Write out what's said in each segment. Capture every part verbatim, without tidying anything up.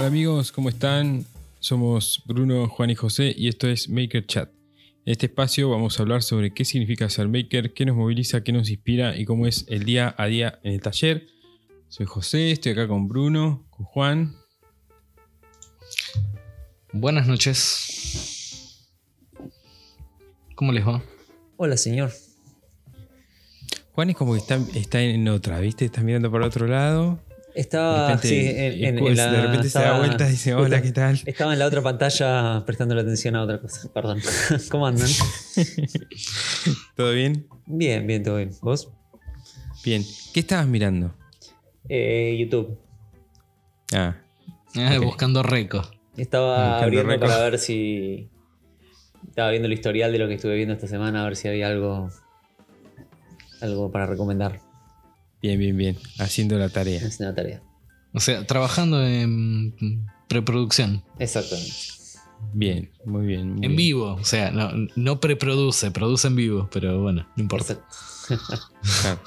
Hola amigos, ¿cómo están? Somos Bruno, Juan y José y esto es Maker Chat. En este espacio vamos a hablar sobre qué significa ser maker, qué nos moviliza, qué nos inspira y cómo es el día a día en el taller. Soy José, estoy acá con Bruno, con Juan. Buenas noches. ¿Cómo les va? Hola, señor. Juan es como que está, está en otra, ¿viste? Está mirando para otro lado. Estaba, de repente, sí, en, en, en la, de repente estaba, se da vuelta y dice, hola, justo, ¿qué tal? Estaba en la otra pantalla prestando la atención a otra cosa. Perdón. ¿Cómo andan? ¿Todo bien? Bien, bien, todo bien. ¿Vos? Bien. ¿Qué estabas mirando? Eh, YouTube. Ah. Ah, Ok. Buscando récord. Estaba Buscando abriendo récord. para ver si... Estaba viendo el historial de lo que estuve viendo esta semana, a ver si había algo... Algo para recomendar. Bien, bien, bien. Haciendo la tarea. Es una tarea. O sea, trabajando en preproducción. Exactamente. Bien, muy bien. Muy En bien. vivo. O sea, no, no preproduce, produce en vivo. Pero bueno, no importa. Exacto. Claro.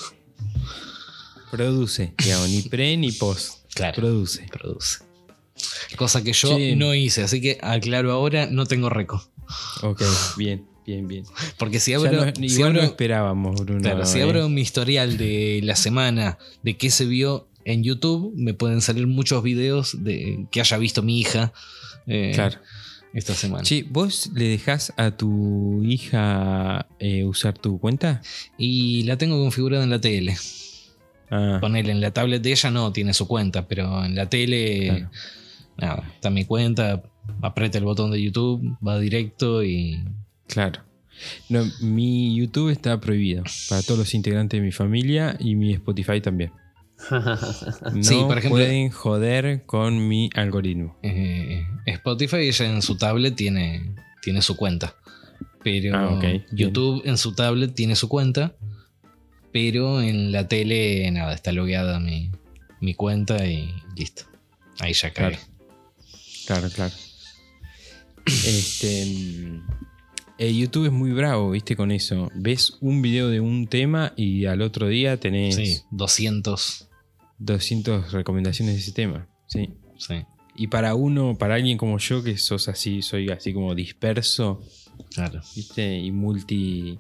Produce, digamos, ni pre ni post. Claro. Produce. Produce. Cosa que yo Sí. no hice. Así que aclaro ahora, no tengo récord. Ok, bien, bien, bien. Porque si Ya abro... no- si igual no abro- esperábamos, Bruno. Claro, si eh. abro mi historial de la semana de qué se vio en YouTube, me pueden salir muchos videos de que haya visto mi hija eh, Claro. esta semana. Che, ¿vos le dejás a tu hija eh, usar tu cuenta? Y la tengo configurada en la tele. Ah, Ponele, en la tablet de ella no tiene su cuenta, pero en la tele, claro. nada, está mi cuenta, aprieta el botón de YouTube, va directo y... Claro. No, mi YouTube está prohibido para todos los integrantes de mi familia y mi Spotify también. No Sí, por ejemplo- pueden joder con mi algoritmo. eh, Spotify ella en su tablet tiene, tiene su cuenta. Pero Ah, ok, bien. YouTube en su tablet tiene su cuenta. Pero en la tele, nada, está logueada mi, mi cuenta y listo. Ahí ya cae. Claro, claro. Este, mm, eh, YouTube es muy bravo, ¿viste? Con eso. Ves un video de un tema y al otro día tenés Sí, doscientos. doscientas recomendaciones de ese tema. Sí. Sí, Y para uno, para alguien como yo, que sos así, soy así como disperso, claro. ¿viste? Y multi.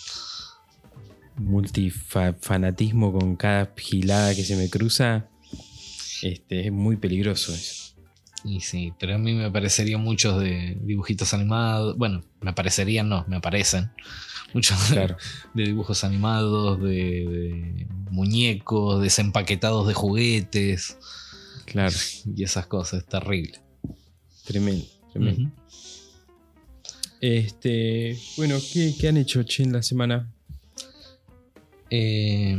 Multifanatismo con cada gilada que se me cruza. Este, es muy peligroso eso. Y sí, pero a mí me aparecerían muchos de dibujitos animados. Bueno, me aparecerían, no, me aparecen. Muchos de- Claro. de, dibujos animados, de, de muñecos, desempaquetados de juguetes Claro. y esas cosas. Es terrible. Tremendo, tremendo. Ujú. Este, bueno, ¿qué, qué han hecho, che, en la semana? Eh,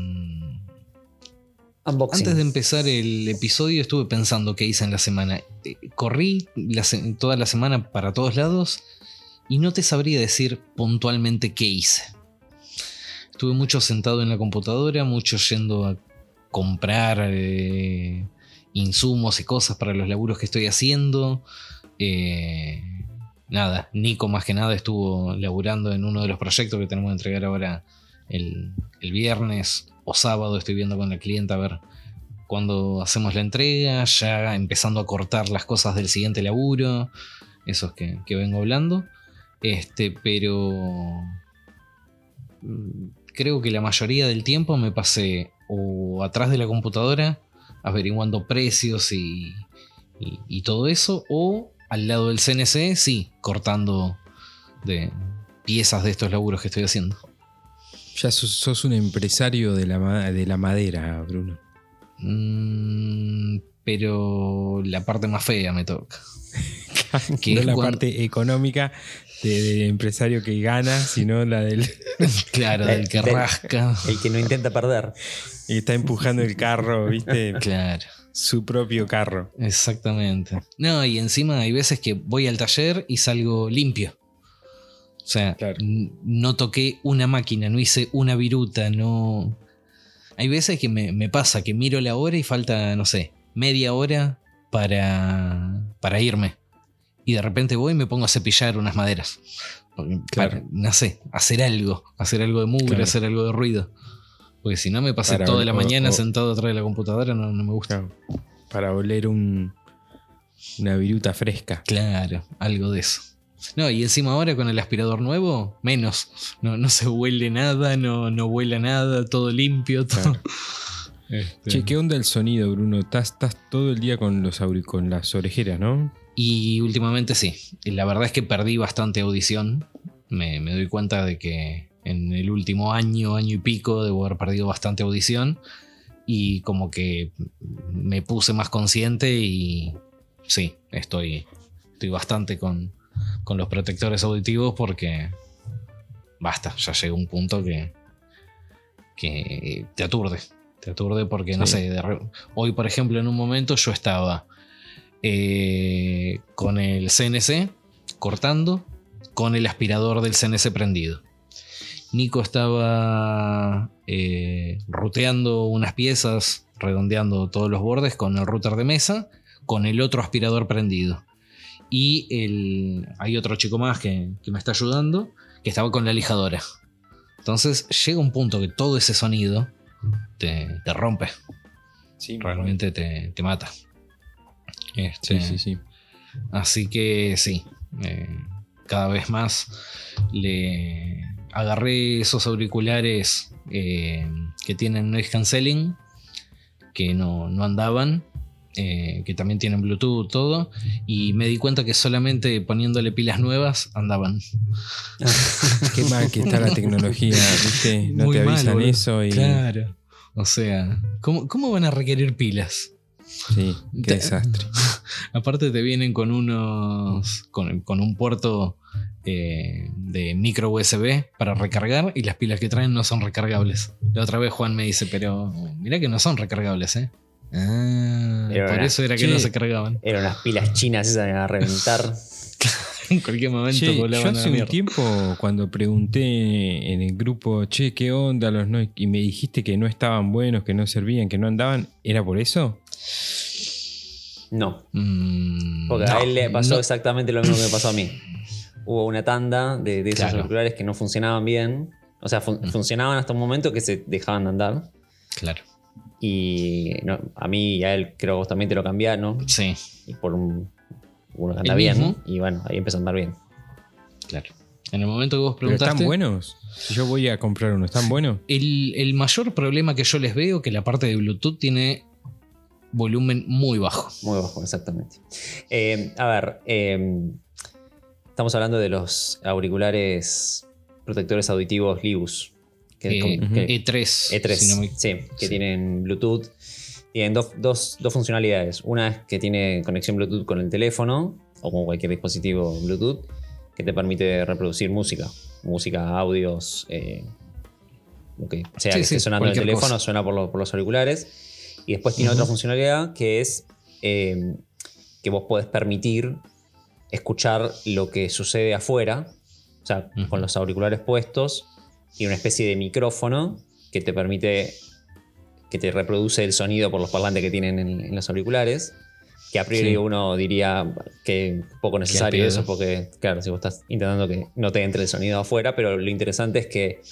Unboxing. Antes de empezar el episodio estuve pensando qué hice en la semana. Eh, Corrí la se- toda la semana para todos lados y no te sabría decir puntualmente qué hice. Estuve mucho sentado en la computadora, mucho yendo a comprar eh, insumos y cosas para los laburos que estoy haciendo. Eh, nada, Nico más que nada estuvo laburando en uno de los proyectos que tenemos que entregar ahora el, el viernes o sábado. Estoy viendo con la clienta a ver cuándo hacemos la entrega, ya empezando a cortar las cosas del siguiente laburo, esos que, que vengo hablando. Este, pero mm, creo que la mayoría del tiempo me pasé o atrás de la computadora averiguando precios y, y, y todo eso, o al lado del C N C, sí, cortando de piezas de estos laburos que estoy haciendo. Ya sos, sos un empresario de la, ma- de la madera, Bruno. Mm, pero la parte más fea me toca. Que No es la cuando- parte económica de- del empresario que gana, sino la del Claro, del que Del- rasca. El que no intenta perder. que está empujando el carro, ¿viste? Claro, Su propio carro. exactamente. No, y encima hay veces que voy al taller y salgo limpio. O sea, Claro. n- no toqué una máquina, no hice una viruta, no. Hay veces que me, me pasa que miro la hora y falta, no sé, media hora para, para irme. Y de repente voy y me pongo a cepillar unas maderas. Porque, Claro. para, no sé, hacer algo. Hacer algo de mugre, Claro. hacer algo de ruido. Porque si no me pasé Para toda ol- la o- mañana o- sentado atrás de la computadora, no, no me gusta. Claro. Para oler un, Una viruta fresca. Claro, algo de eso. No, y encima ahora con el aspirador nuevo, menos. No, no se huele nada, no, no vuela nada, todo limpio, todo. Claro. Este. Che, ¿qué onda el sonido, Bruno? Estás, estás todo el día con, los auri- con las orejeras, ¿no? Y últimamente sí. Y la verdad es que perdí bastante audición. Me, me doy cuenta de que en el último año, año y pico, debo haber perdido bastante audición. Y como que me puse más consciente y sí, estoy, estoy bastante con, con los protectores auditivos porque basta, ya llega un punto que, que te aturde. Te aturde porque, sí. no sé, de re... hoy por ejemplo en un momento yo estaba eh, con el C N C cortando, con el aspirador del C N C prendido. Nico estaba eh, ruteando unas piezas, redondeando todos los bordes con el router de mesa, con el otro aspirador prendido. Y el, hay otro chico más que, que me está ayudando, que estaba con la lijadora. Entonces llega un punto que todo ese sonido te, te rompe. Sí, realmente te, te mata. sí, Este, sí, sí. Así que sí, eh, cada vez más le... agarré esos auriculares eh, que tienen noise cancelling, que no, no andaban, eh, que también tienen Bluetooth, todo, y me di cuenta que solamente poniéndole pilas nuevas andaban. Qué mal que está la tecnología, ¿viste? No Muy te avisan mal, eso y... Claro. O sea, ¿cómo, cómo van a requerir pilas? Sí, qué desastre. Aparte te vienen con unos... con, con un puerto... Eh, de micro U S B para recargar y las pilas que traen no son recargables. La otra vez Juan me dice, pero mirá que no son recargables, ¿eh? Ah, por una, eso era que che, no se cargaban. Eran unas pilas chinas esas a reventar. En cualquier momento che, volaban yo a la hace un mierda. tiempo cuando pregunté en el grupo, che, ¿qué onda los noise? Y me dijiste que no estaban buenos, que no servían, que no andaban, ¿era por eso? No. Mm, Porque no, a él le pasó no. exactamente lo mismo que me pasó a mí. Hubo una tanda de, de esos Claro. auriculares que no funcionaban bien. O sea, fun- Mm. funcionaban hasta un momento que se dejaban de andar. Claro. Y no, a mí y a él creo que vos también te lo cambiaron. Sí, Y por un, uno que anda El bien. mismo. Y bueno, ahí empezó a andar bien. claro. En el momento que vos ¿Pero preguntaste, están buenos? Si yo voy a comprar uno, ¿están buenos? el, el mayor problema que yo les veo que la parte de Bluetooth tiene volumen muy bajo. Muy bajo, exactamente. Eh, a ver, eh, estamos hablando de los auriculares protectores auditivos Libus. Que, Eh, con- que- E tres. E tres, si no me- sí, que sí. tienen Bluetooth. Tienen dos, dos- dos funcionalidades. Una es que tiene conexión Bluetooth con el teléfono o con cualquier dispositivo Bluetooth que te permite reproducir música. Música, audios, eh, lo que sea Sí, que sí, esté sonando en el cualquier teléfono, cosa. suena por, lo- por los auriculares. Y después tiene Ujú. otra funcionalidad que es eh, que vos podés permitir escuchar lo que sucede afuera. O sea, Ujú. con los auriculares puestos y una especie de micrófono que te permite, que te reproduce el sonido por los parlantes que tienen en, en los auriculares. Que a priori Sí. uno diría que poco necesario pedo. eso, porque, claro, si vos estás intentando que no te entre el sonido afuera, pero lo interesante es que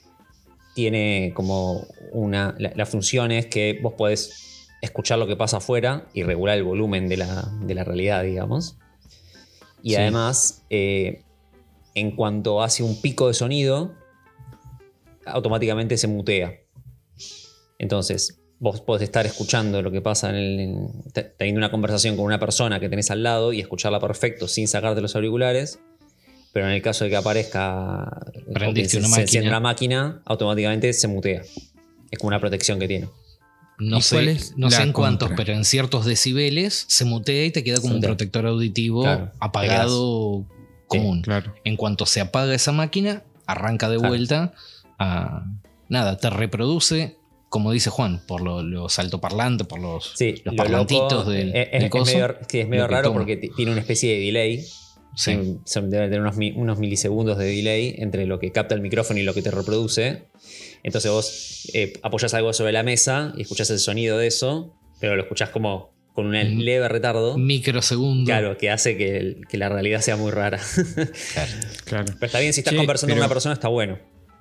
tiene como una. La, la función es que vos podés escuchar lo que pasa afuera y regular el volumen de la, de la realidad, digamos. Y Sí. además, eh, en cuanto hace un pico de sonido, automáticamente se mutea. Entonces, vos podés estar escuchando lo que pasa, en el, en- te- teniendo una conversación con una persona que tenés al lado y escucharla perfecto sin sacarte los auriculares. Pero en el caso de que aparezca Prendiste o que una se, se encienda máquina. una máquina, automáticamente se mutea. Es como una protección que tiene. No ¿Y sé, cuál es no sé la en cuántos, contra? pero en ciertos decibeles se mutea y te queda como Se un mutea. protector auditivo Claro, te apagado común. Claro. En cuanto se apaga esa máquina, arranca de Claro. vuelta a. Nada, te reproduce, como dice Juan, por lo- los altoparlantes, por los, Sí, los lo parlantitos loco, del, es, del es coso. medio, sí, es medio lo que raro toma. porque t- tiene una especie de delay. Sí. Tiene- son- debe tener unos, mi- unos milisegundos de delay entre lo que capta el micrófono y lo que te reproduce. Entonces vos eh, apoyás algo sobre la mesa y escuchás el sonido de eso, pero lo escuchás como con un Mm. leve retardo. Microsegundo. Claro, que hace que, el- que la realidad sea muy rara. Claro. Claro. Pero está bien, si estás Che, conversando con pero- una persona, está bueno.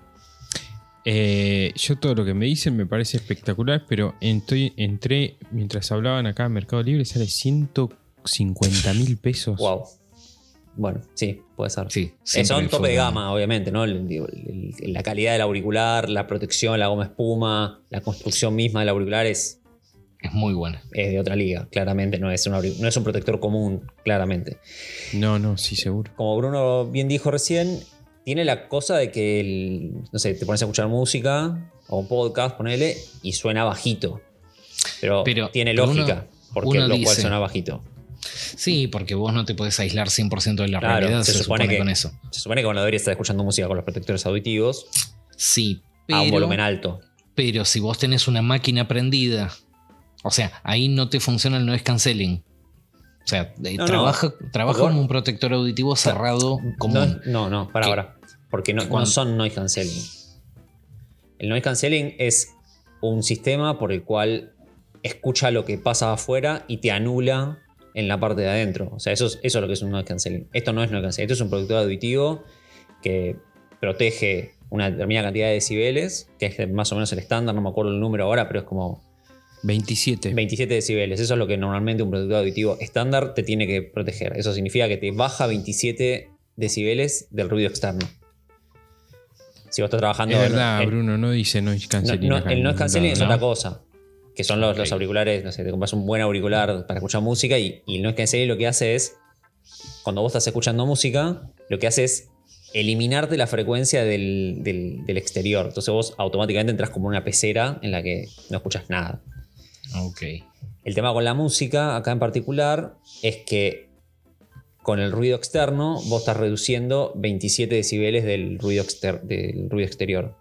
Eh, yo todo lo que me dicen me parece espectacular, pero estoy, entré, mientras hablaban acá en Mercado Libre, sale ciento cincuenta mil pesos. Wow. Bueno, sí, puede ser. Sí, Eh, son siempre tope fue de una- gama, obviamente, ¿no? El- digo, el- el- la calidad del auricular, la protección, la goma espuma, la construcción misma del auricular es, Es muy buena. es de otra liga. Claramente no es, un auric- no es un protector común, claramente. No, no, sí, seguro. Como Bruno bien dijo recién, tiene la cosa de que, el- no sé, te pones a escuchar música o un podcast, ponele, y suena bajito. Pero, Pero tiene uno- lógica, porque uno lo cual dice- suena bajito. Sí, porque vos no te podés aislar cien por ciento de la Claro, realidad, se se, supone supone, que- con eso. Se supone que cuando deberías estar escuchando música con los protectores auditivos Sí, a un pero, volumen alto. pero si vos tenés una máquina prendida, o sea, ahí no te funciona el noise cancelling. O sea, eh, No, no. trabaja, trabaja Porque como vos- un protector auditivo cerrado No, común. no, no, para, ¿Qué? para. Porque no, Que cuando- no son noise cancelling. El noise cancelling es un sistema por el cual escucha lo que pasa afuera y te anula en la parte de adentro. O sea, eso es, eso es lo que es un noise cancelling. Esto no es noise cancelling. Esto es un protector auditivo que protege una determinada cantidad de decibeles, que es más o menos el estándar, no me acuerdo el número ahora, pero es como veintisiete. veintisiete decibeles. Eso es lo que normalmente un protector auditivo estándar te tiene que proteger. Eso significa que te baja veintisiete decibeles del ruido externo. Si vos estás trabajando... Es verdad, en- Bruno, no dice noise no, cancelling. no, acá el en noise cancelling ningún es lado. otra cosa. Que son los, Ok. los auriculares, no sé, te compras un buen auricular para escuchar música y, y el noise cancelling lo que hace es, cuando vos estás escuchando música, lo que hace es eliminarte la frecuencia del, del- del exterior. Entonces vos automáticamente entras como en una pecera en la que no escuchas nada. Ok. El tema con la música, acá en particular, es que con el ruido externo vos estás reduciendo veintisiete decibeles del ruido, exter- del ruido exterior.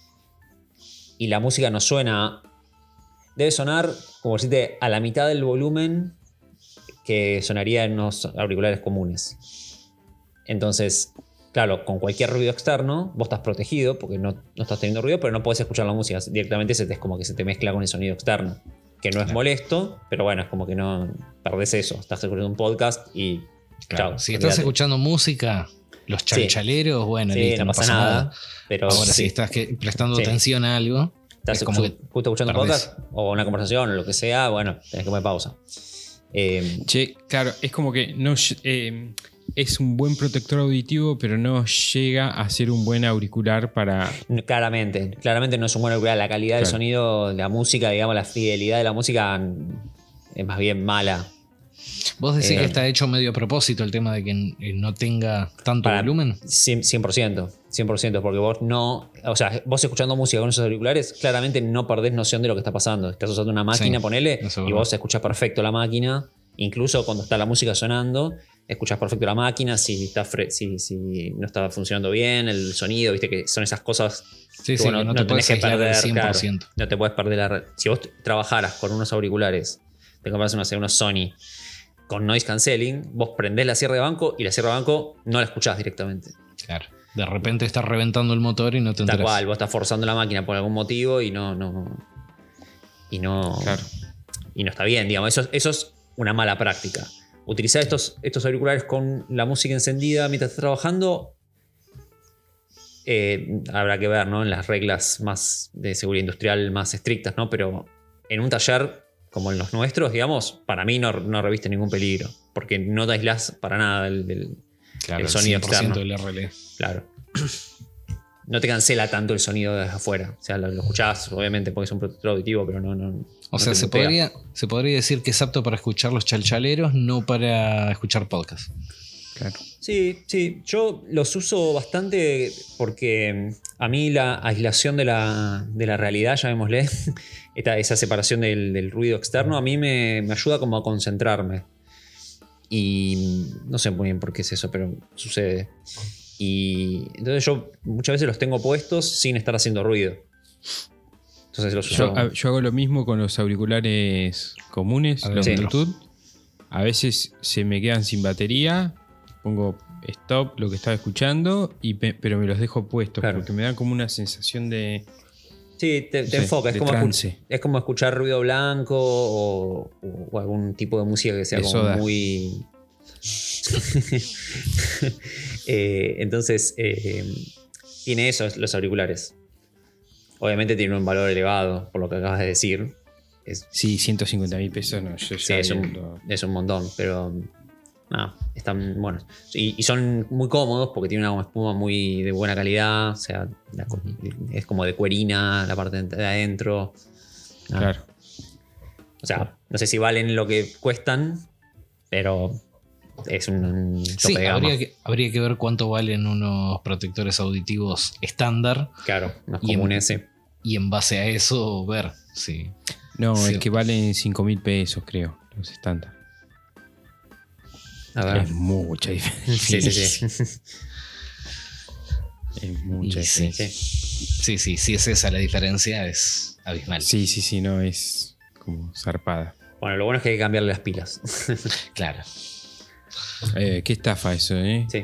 Y la música no suena... Debe sonar, como decirte, a la mitad del volumen que sonaría en unos auriculares comunes. Entonces, claro, con cualquier ruido externo vos estás protegido porque no, no estás teniendo ruido, pero no podés escuchar la música. Directamente se te, es como que se te mezcla con el sonido externo. Que no es Claro. molesto, pero bueno, es como que no perdés eso. Estás escuchando un podcast y Claro, chao. si estás olvídate. escuchando música, los chalchaleros, bueno, Sí, listo, no pasa nada. Pero Ahora, sí, si estás que- prestando Sí. atención a algo, estás es como escu- que justo escuchando un perdés. podcast o una conversación o lo que sea, bueno, tenés que poner pausa. Eh, Che, claro, es como que no ll- eh, es un buen protector auditivo, pero no llega a ser un buen auricular para. Claramente, claramente no es un buen auricular. La calidad del Claro. sonido, la música, digamos, la fidelidad de la música es más bien mala. vos decís Eh, que está hecho medio a propósito el tema de que eh, no tenga tanto Para- volumen. cien por ciento, cien por ciento, porque vos no, o sea, vos escuchando música con esos auriculares, claramente no perdés noción de lo que está pasando. Estás usando una máquina, Sí, ponele, eso es y verdad. vos escuchás perfecto la máquina, incluso cuando está la música sonando, escuchás perfecto la máquina, si, está fre- si, si no está funcionando bien, el sonido, viste que son esas cosas Sí, que, sí, bueno, que no, no te puedes tenés que aislar del perder, cien por ciento. claro, no te puedes perder la red. Si vos trabajaras con unos auriculares, te compras unos, unos Sony con noise cancelling, vos prendés la sierra de banco y la sierra de banco no la escuchás directamente. Claro. De repente está reventando el motor y no te Tal enteras. cual, vos estás forzando la máquina por algún motivo y no. no y no. Claro. Y no está bien, digamos. Eso, eso es una mala práctica. Utilizar estos, estos auriculares con la música encendida mientras estás trabajando. eh, habrá que ver, ¿no? En las reglas más de seguridad industrial más estrictas, ¿no? Pero en un taller como en los nuestros, digamos, para mí no, no reviste ningún peligro. Porque no te aislás para nada del, del- Claro, el sonido cien por ciento externo. del R L. Claro. No te cancela tanto el sonido desde afuera. O sea, lo, lo escuchás, obviamente, porque es un protector auditivo, pero no. no O no sea, te se mutea. podría, se podría decir que es apto para escuchar los chalchaleros, no para escuchar podcast. Claro. Sí, sí. Yo los uso bastante porque a mí la aislación de la, de la realidad, llamémosle, esta, esa separación del, del ruido externo, a mí me, me ayuda como a concentrarme. Y no sé muy bien por qué es eso, pero sucede. Y entonces yo muchas veces los tengo puestos sin estar haciendo ruido. Entonces los Yo, uso. a- yo hago lo mismo con los auriculares comunes, los Sí. Bluetooth. A veces se me quedan sin batería, pongo stop lo que estaba escuchando, y pe- pero me los dejo puestos Claro. porque me dan como una sensación de. Sí, te, te Sí, enfoca. Es de como, escu- trance. es como escuchar ruido blanco o, o algún tipo de música que sea De como soda. muy. Eh, entonces, eh, tiene eso, los auriculares. Obviamente tiene un valor elevado, por lo que acabas de decir. es, Sí, ciento cincuenta mil pesos, no, yo ya sí, es, un, viendo- es un montón, pero no, están buenos. Y, y son muy cómodos porque tienen una espuma muy de buena calidad, o sea, la- es como de cuerina la parte de adentro. Ah, Claro. O sea, no sé si valen lo que cuestan, pero es un, un tope Sí, de gama. habría que, habría que ver cuánto valen unos protectores auditivos estándar Claro, más Y en- común ese. y en base a eso ver si... No, Sí. es que valen cinco mil pesos, creo, los estándar. A ver. Es mucha diferencia. Sí, sí, sí. Es mucha Y sí. diferencia. Sí, sí, si es esa la diferencia es abismal. Sí, sí, sí, no, es como zarpada. Bueno, lo bueno es que hay que cambiarle las pilas. Claro. Eh, qué estafa eso, ¿eh? Sí.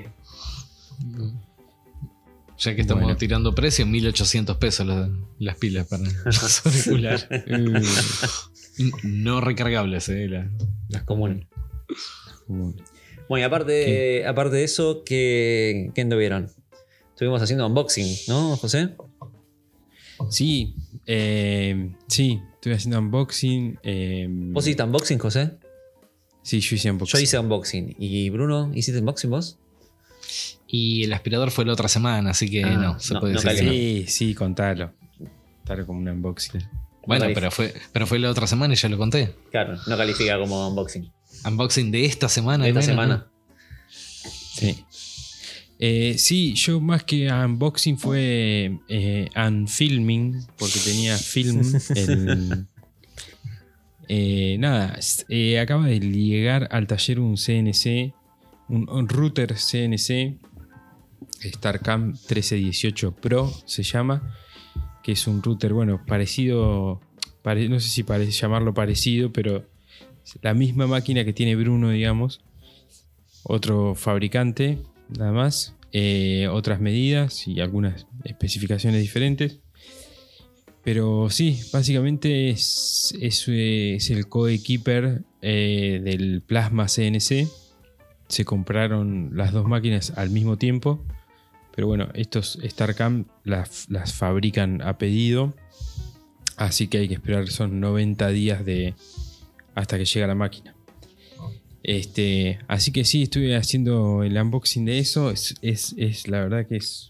Ya que estamos Bueno. tirando precio, mil ochocientos pesos las, las pilas para los auriculares. Uh, No recargables, eh, la- las Común. común. Bueno, y aparte, aparte de eso, ¿qué, ¿qué anduvieron? Estuvimos haciendo unboxing, ¿no, José? Sí, eh, sí, estoy haciendo unboxing. eh, ¿Vos hiciste unboxing, José? Sí, yo hice unboxing. Yo hice unboxing. ¿Y Bruno, hiciste unboxing vos? Y el aspirador fue la otra semana, así que Ah, no, se no, puede no decir que no. Sí, sí, contalo. Contalo como un unboxing. Bueno, No pero fue, pero fue la otra semana y ya lo conté. Claro, no califica como unboxing. Unboxing de esta semana. De al esta menos, semana. Sí. Eh, sí, yo más que unboxing fue eh, unfilming, porque tenía film. el- eh, nada, s- eh, acaba de llegar al taller un C N C, un, un router C N C, StarCam trece dieciocho Pro se llama, que es un router, bueno, parecido, pare- no sé si parece llamarlo parecido, pero es la misma máquina que tiene Bruno, digamos, otro fabricante, nada más, eh, otras medidas y algunas especificaciones diferentes. Pero sí, básicamente es, es, eh, es el coequiper eh, del Plasma C N C. Se compraron las dos máquinas al mismo tiempo. Pero bueno, estos StarCam las, las fabrican a pedido. Así que hay que esperar, son noventa días de, hasta que llega la máquina. Este, así que sí, estuve haciendo el unboxing de eso. Es, es, es la verdad que es,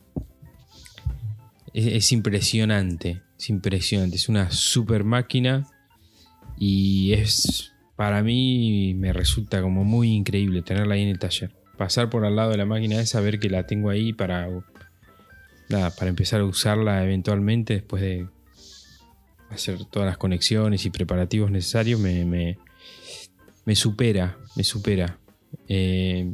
es, es impresionante. Es impresionante. Es una super máquina. Y es, para mí, me resulta como muy increíble tenerla ahí en el taller. Pasar por al lado de la máquina esa, ver que la tengo ahí para, nada, para empezar a usarla eventualmente después de hacer todas las conexiones y preparativos necesarios, me, me, me supera, me supera. Eh,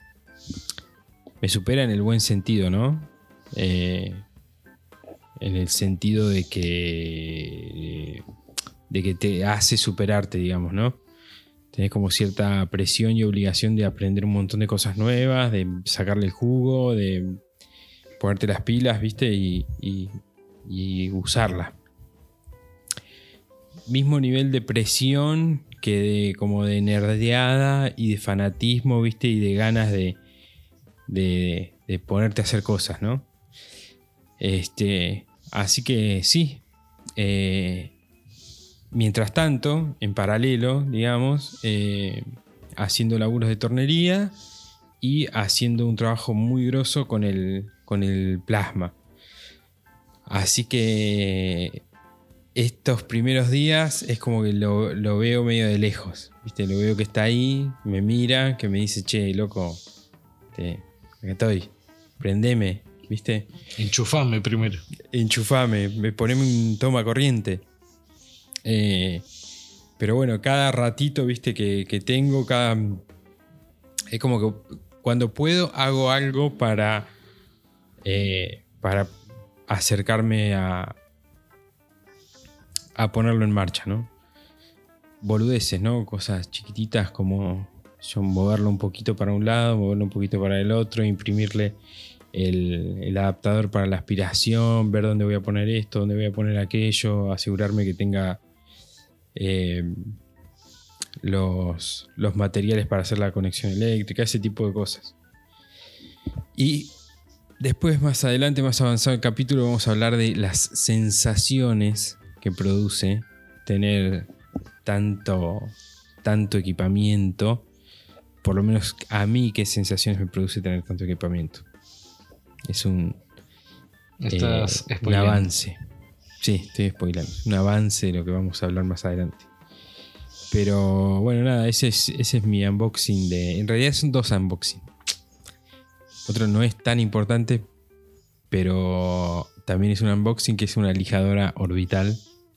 me supera en el buen sentido, ¿no? Eh, en el sentido de que, de que te hace superarte, digamos, ¿no? Tenés como cierta presión y obligación de aprender un montón de cosas nuevas, de sacarle el jugo, de ponerte las pilas, ¿viste? Y, y, y usarla. Mismo nivel de presión que de como de nerdeada y de fanatismo, ¿viste? Y de ganas de, de, de ponerte a hacer cosas, ¿no? Este, así que sí. Eh, mientras tanto, en paralelo, digamos, eh, haciendo laburos de tornería y haciendo un trabajo muy grosso con el, con el plasma. Así que estos primeros días es como que lo, lo veo medio de lejos, ¿viste? Lo veo que está ahí, me mira, que me dice, che, loco, te, acá estoy, prendeme, ¿viste? Enchufame primero. Enchufame, me poneme un toma corriente. Eh, pero bueno, cada ratito, ¿viste? Que, que tengo, cada... Es como que cuando puedo hago algo para... Eh, para acercarme a... a ponerlo en marcha, ¿no? Boludeces, ¿no? Cosas chiquititas como yo moverlo un poquito para un lado, moverlo un poquito para el otro, imprimirle el, el adaptador para la aspiración, ver dónde voy a poner esto, dónde voy a poner aquello, asegurarme que tenga eh, los, los materiales para hacer la conexión eléctrica, ese tipo de cosas. Y después, más adelante, más avanzado el capítulo, vamos a hablar de las sensaciones que produce tener tanto, tanto equipamiento. Por lo menos a mí, ¿qué sensaciones me produce tener tanto equipamiento? Es un, Estás eh, un spoileando. avance. Sí, estoy spoilando. Un avance de lo que vamos a hablar más adelante. Pero bueno, nada, ese es, ese es mi unboxing de... En realidad son dos unboxings. Otro no es tan importante, pero también es un unboxing que es una lijadora orbital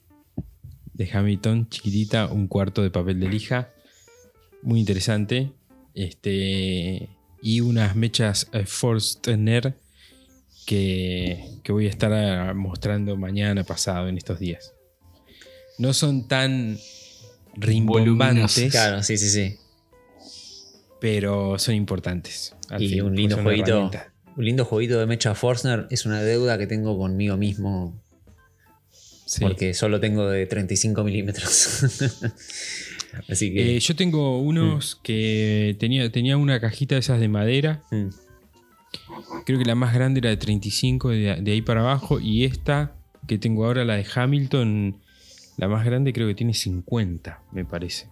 de Hamilton, chiquitita, un cuarto de papel de lija. Muy interesante. Este, y unas mechas eh, Forstner que, que voy a estar mostrando mañana, pasado, en estos días. No son tan rimbombantes, Claro, sí, sí, sí. pero son importantes. Al Y fin, un porque lindo son jueguito. herramientas. Un lindo jueguito de Mecha Forstner es una deuda que tengo conmigo mismo. Sí. Porque solo tengo de treinta y cinco milímetros. Así que. Eh, yo tengo unos Mm. que tenía, tenía una cajita de esas de madera. mm, Creo que la más grande era de treinta y cinco, de, de ahí para abajo. Y esta que tengo ahora, la de Hamilton, la más grande creo que tiene cincuenta, me parece.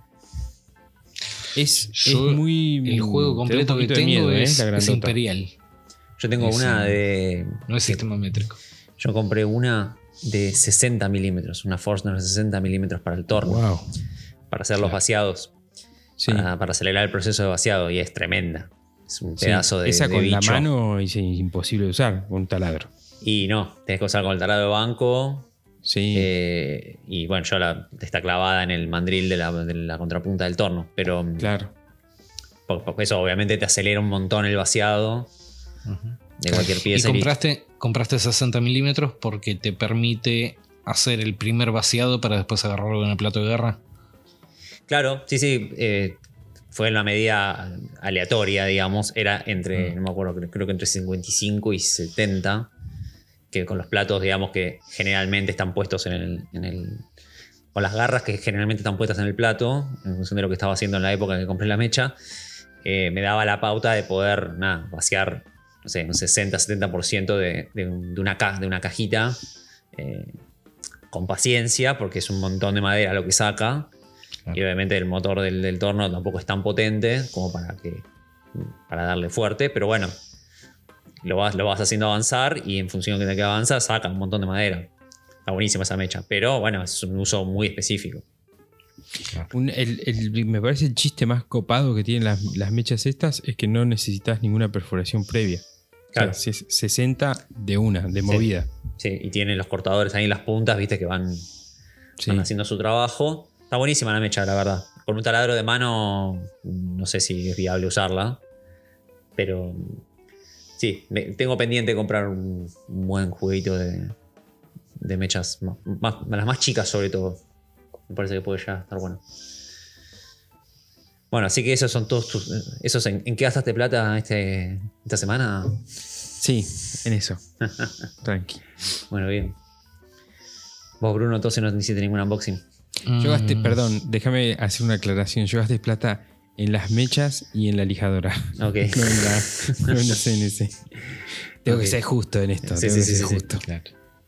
Es, Yo es muy... El juego te da un completo que poquito de tengo miedo, ¿eh? es, La es grandota. Imperial. Yo tengo Es una un- de. No es que- sistema métrico. Yo compré una de sesenta milímetros. Una Forstner de sesenta milímetros para el torno. Wow. Para hacer los Claro. vaciados. Sí. Para, para acelerar el proceso de vaciado. Y es tremenda. Es un Sí. pedazo de. Esa de con la bicho. mano es imposible de usar, con un taladro. Y no, tenés que usar con el taladro de banco. Sí. Eh, y bueno, yo la, está clavada en el mandril de la, de la contrapunta del torno. Pero Claro. por- por eso obviamente te acelera un montón el vaciado Ujú. de cualquier Y pieza. y listo. compraste, compraste sesenta milímetros porque te permite hacer el primer vaciado para después agarrarlo en el plato de guerra. Claro, sí, sí. eh, fue una medida aleatoria, digamos. Era entre, Mm. no me acuerdo, creo, creo que entre cincuenta y cinco y setenta. Que con los platos, digamos, que generalmente están puestos en el, en el. Con las garras que generalmente están puestas en el plato, en función de lo que estaba haciendo en la época que compré la mecha, eh, me daba la pauta de poder, nada, vaciar, no sé, un sesenta setenta por ciento de, de, un- de una, ca- de una cajita. eh, con paciencia, porque es un montón de madera lo que saca. Claro. Y obviamente el motor del, del torno tampoco es tan potente como para que para darle fuerte, pero bueno, lo vas, lo vas haciendo avanzar y en función de que avanza saca un montón de madera. Está buenísima esa mecha, pero bueno, es un uso muy específico. Un- el- el- me parece el chiste más copado que tienen las, las mechas estas es que no necesitas ninguna perforación previa. Claro. O sea, es sesenta de una, de movida. Sí, y tiene los cortadores ahí en las puntas, viste, que van, Sí. van haciendo su trabajo. Está buenísima la mecha, la verdad. Con un taladro de mano, no sé si es viable usarla, pero sí, me- tengo pendiente comprar un, un buen jueguito de, de mechas, más, más- las más chicas sobre todo. Me parece que puede ya estar bueno. Bueno, así que esos son todos tus... Esos ¿en, en qué gastaste plata este, esta semana? Sí, en eso. Tranqui. Bueno, bien. Vos, Bruno, entonces no hiciste ningún unboxing. Yo gasté, Mm, perdón, déjame hacer una aclaración. Yo gasté plata en las mechas y en la lijadora. Ok. No en la, no en la C N C. Tengo Ok. que ser justo en esto. Sí, tengo sí, que sí, ser sí, sí. justo. Claro.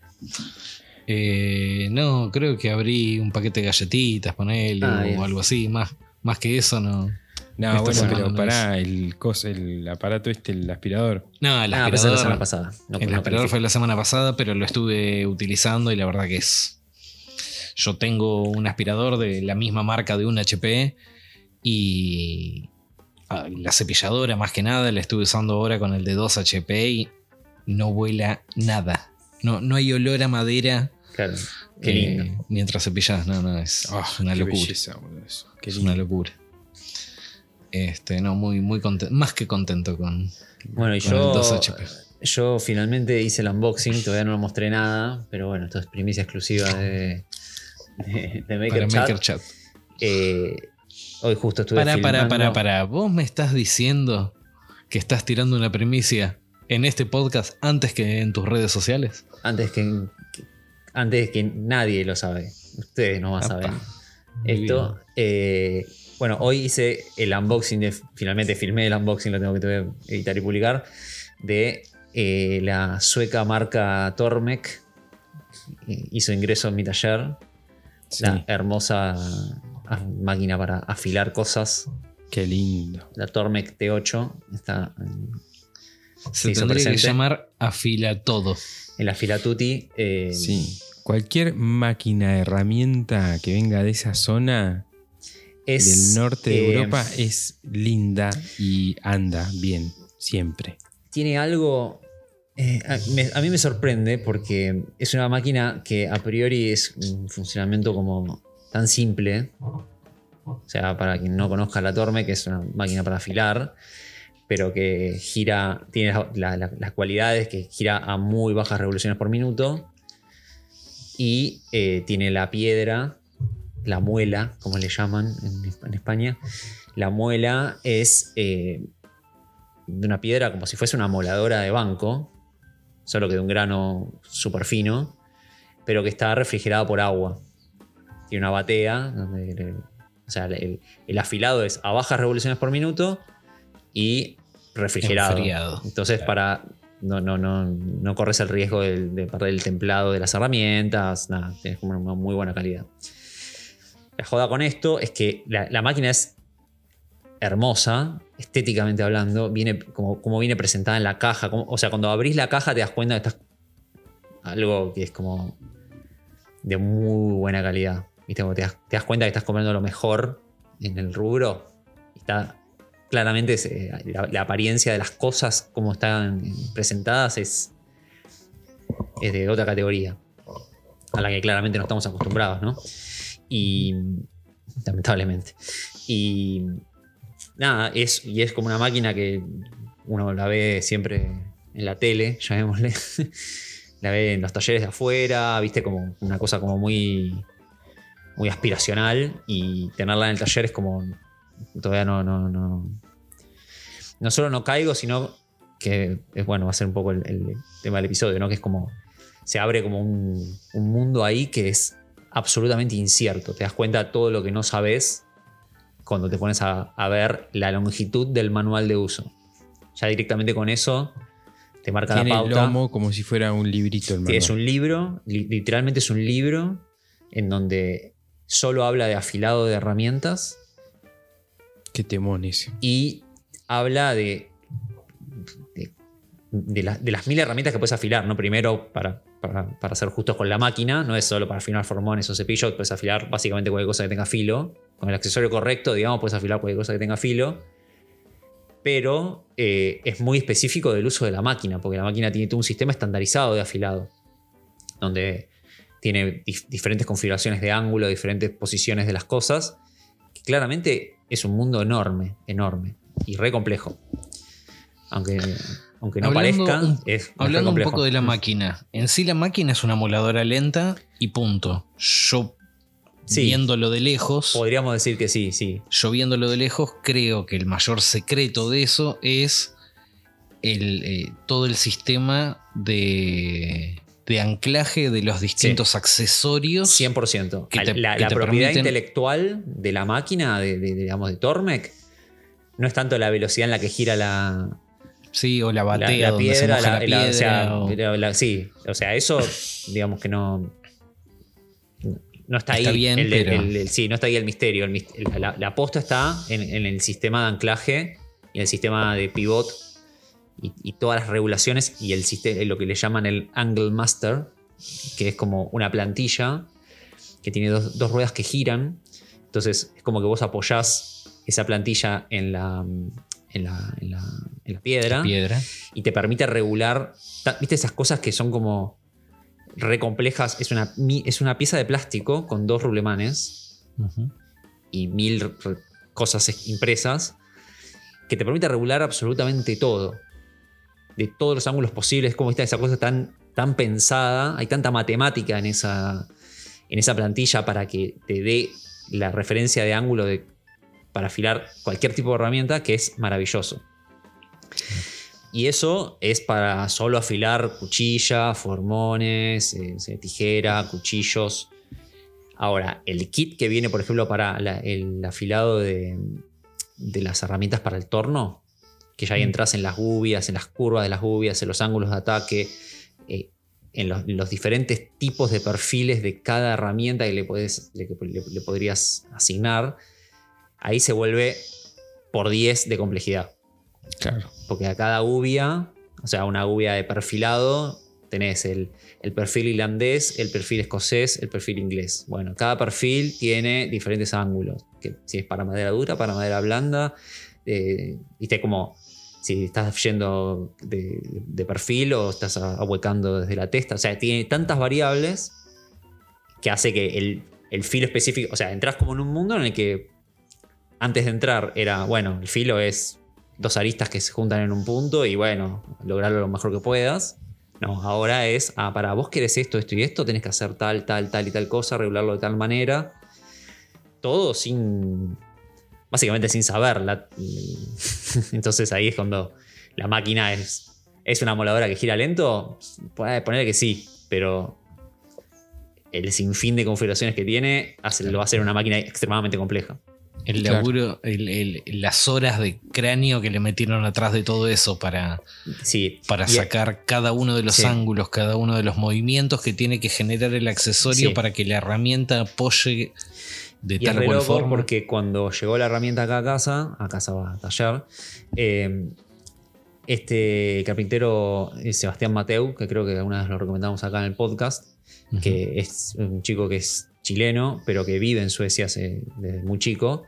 Eh, no, creo que abrí un paquete de galletitas, ponele, Ah, bien. o algo así. Más, más que eso, no. No, Esta bueno, semana pero no pará, el, cos, el aparato este, el aspirador. No, el Ah, pensé la semana aspirador. pasada. No, El no aspirador califica. fue la semana pasada, pero lo estuve utilizando y la verdad que es. Yo tengo un aspirador de la misma marca de un H P y ah, la cepilladora más que nada la estuve usando ahora con el de dos H P y no vuela nada. No, no hay olor a madera Claro. Qué eh, lindo. mientras cepillas. No, no, es, Ah, es una qué locura. belleza, boludo, eso. Qué Es lindo. una locura. Este, no, muy, muy contento, más que contento con, Bueno, y con el yo, dos H P. yo finalmente hice el unboxing, todavía no lo mostré nada, pero bueno, esto es primicia exclusiva de, de, de Maker Para Chat. Maker Chat. Eh, hoy justo estuve Para, para, filmando- para, para. ¿Vos me estás diciendo que estás tirando una primicia en este podcast antes que en tus redes sociales? Antes que, que- antes que nadie lo sabe. Ustedes no van a Apa. saber. Muy Esto, eh, bueno, hoy hice el unboxing de. Finalmente filmé el unboxing, lo tengo que todavía editar y publicar. De eh, la sueca marca Tormek. Eh, Hizo ingreso en mi taller. Sí. La hermosa ah, máquina para afilar cosas. Qué lindo. La Tormec T ocho está en, Se hizo tendría que presente. llamar Afila Todo. en la fila Tutti. eh, Sí. Cualquier máquina, herramienta que venga de esa zona es, del norte de eh, Europa es linda y anda bien, siempre. Tiene algo. eh, a, me- a mí me sorprende porque es una máquina que a priori es un funcionamiento como tan simple. O sea, para quien no conozca la Torme, que es una máquina para afilar, pero que gira, tiene la- la- las cualidades que gira a muy bajas revoluciones por minuto y eh, tiene la piedra, la muela, como le llaman en, en España. La muela es eh, de una piedra como si fuese una moladora de banco, solo que de un grano súper fino, pero que está refrigerada por agua. Tiene una batea donde le- o sea, el, el afilado es a bajas revoluciones por minuto y refrigerado. Enfriado. Entonces, para no, no, no, no corres el riesgo de, de perder el templado de las herramientas, nada, tienes como una muy buena calidad. La joda con esto es que la, la máquina es hermosa, estéticamente hablando, viene como, como viene presentada en la caja. Como, o sea, cuando abrís la caja te das cuenta que estás algo que es como de muy buena calidad. ¿Viste? Como te das, te das cuenta que estás comiendo lo mejor en el rubro. Está claramente se- la, la apariencia de las cosas, como están presentadas, es, es de otra categoría. A la que claramente no estamos acostumbrados, ¿no? Y. Lamentablemente. Y. Nada, es, y es como una máquina que uno la ve siempre en la tele, llamémosle. La ve en los talleres de afuera, viste, como una cosa como muy. Muy aspiracional. Y tenerla en el taller es como. Todavía no. No, no, no solo no caigo, sino que es bueno, va a ser un poco el, el tema del episodio, ¿no? Que es como. Se abre como un, un mundo ahí que es absolutamente incierto. Te das cuenta de todo lo que no sabes cuando te pones a, a ver la longitud del manual de uso. Ya directamente con eso te marca Tiene la el pauta. lomo como si fuera un librito el Sí, manual. es un libro, li- literalmente es un libro en donde solo habla de afilado de herramientas Qué temón ese. y habla de, de, de la- de las mil herramientas que puedes afilar, ¿no? Primero, para, para, para ser justos con la máquina, no es solo para afilar formones o cepillos, puedes afilar básicamente cualquier cosa que tenga filo. Con el accesorio correcto, digamos, puedes afilar cualquier cosa que tenga filo. Pero eh, es muy específico del uso de la máquina, porque la máquina tiene todo un sistema estandarizado de afilado, donde tiene dif- diferentes configuraciones de ángulo, diferentes posiciones de las cosas. Que claramente es un mundo enorme, enorme y re complejo. Aunque, aunque no Hablando parezca, un- es, es re Hablando un complejo. poco de la máquina. En sí la máquina es una moladora lenta y punto. Yo Sí. viéndolo de lejos, Podríamos decir que sí, sí. yo viéndolo de lejos, creo que el mayor secreto de eso es el, eh, todo el sistema de, de anclaje de los distintos accesorios. cien por ciento. que te- la que la te propiedad permiten- intelectual de la máquina, de, de- de, digamos, de Tormec, no es tanto la velocidad en la que gira la, Sí, o la la, batea la donde se piedra. moja la- la, la- piedra. o sea, o- la- la- sí, o sea, eso, digamos que no. No está, Está ahí. bien, el, pero- el- el- sí, no está ahí el misterio. El mis- la, la aposta está en, en el sistema de anclaje y el sistema de pivot y, y todas las regulaciones y el sistema, lo que le llaman el Angle Master, que es como una plantilla que tiene dos, dos ruedas que giran. Entonces es como que vos apoyás esa plantilla en la, en la, en la, en la piedra piedra. y te permite regular. ta- ¿Viste esas cosas que son como re complejas? Es una, mi- es una pieza de plástico con dos rulemanes Ujú. y mil re- cosas impresas que te permite regular absolutamente todo. De todos los ángulos posibles. Como está esa cosa tan, tan pensada. Hay tanta matemática en esa, en esa plantilla para que te dé la referencia de ángulo de, para afilar cualquier tipo de herramienta, que es maravilloso. Y eso es para solo afilar cuchillas, formones, eh, eh, tijera, cuchillos. Ahora, el kit que viene, por ejemplo, para la- el afilado de, de las herramientas para el torno, que ya ahí entras en las gubias, en las curvas de las gubias, en los ángulos de ataque. eh, en los, en los diferentes tipos de perfiles de cada herramienta que le, podés, le, le, le podrías asignar, ahí se vuelve por diez de complejidad. Claro. Porque a cada gubia, o sea, una gubia de perfilado, tenés el, el perfil irlandés, el perfil escocés, el perfil inglés. Bueno, cada perfil tiene diferentes ángulos. Que si es para madera dura, para madera blanda. Eh, viste como si estás yendo de, de perfil o estás ahuecando desde la testa. O sea, tiene tantas variables que hace que el, el filo específico. O sea, entras como en un mundo en el que antes de entrar era, bueno, el filo es dos aristas que se juntan en un punto y bueno, lograrlo lo mejor que puedas. No, ahora es, ah, para vos querés esto, esto y esto, tenés que hacer tal, tal, tal y tal cosa, regularlo de tal manera. Todo sin, básicamente sin saberla. Entonces ahí es cuando la máquina es, es una moladora que gira lento. Puede ponerle que sí, pero el sinfín de configuraciones que tiene hace, lo va a hacer una máquina extremadamente compleja. El laburo, claro. el, el, las horas de cráneo que le metieron atrás de todo eso para, sí. para sacar cada uno de los sí. ángulos, cada uno de los movimientos que tiene que generar el accesorio sí. para que la herramienta apoye de y tal es o cual loco forma. Porque cuando llegó la herramienta acá a casa, a casa va a taller, eh, este carpintero Sebastián Mateu, que creo que alguna vez lo recomendamos acá en el podcast, uh-huh. que es un chico que es chileno, pero que vive en Suecia hace, desde muy chico.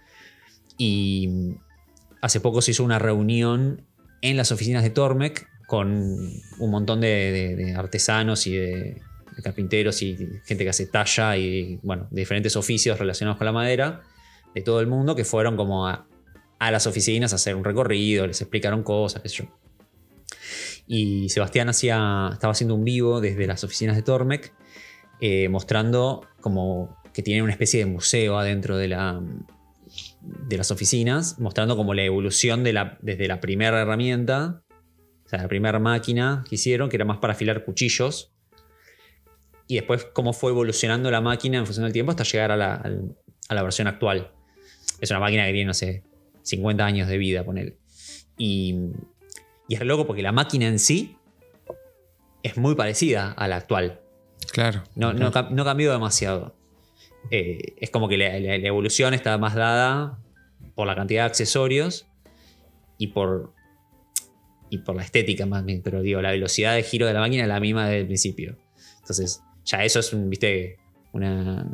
Y hace poco se hizo una reunión en las oficinas de Tormek con un montón de, de, de artesanos y de, de carpinteros y gente que hace talla y bueno, de diferentes oficios relacionados con la madera de todo el mundo, que fueron como a, a las oficinas a hacer un recorrido, les explicaron cosas, qué sé yo. Y Sebastián hacía, estaba haciendo un vivo desde las oficinas de Tormek, eh, mostrando como que tiene una especie de museo adentro de la... de las oficinas, mostrando como la evolución de la, desde la primera herramienta, o sea, la primera máquina que hicieron, que era más para afilar cuchillos, y después cómo fue evolucionando la máquina en función del tiempo hasta llegar a la, a la versión actual. Es una máquina que tiene, no sé, cincuenta años de vida, ponele. Y, y es re loco porque la máquina en sí es muy parecida a la actual. Claro. No, no, no cambió demasiado. Eh, es como que la, la, la evolución está más dada por la cantidad de accesorios y por, y por la estética más bien, pero digo, la velocidad de giro de la máquina es la misma desde el principio. Entonces, ya eso es un, viste, una.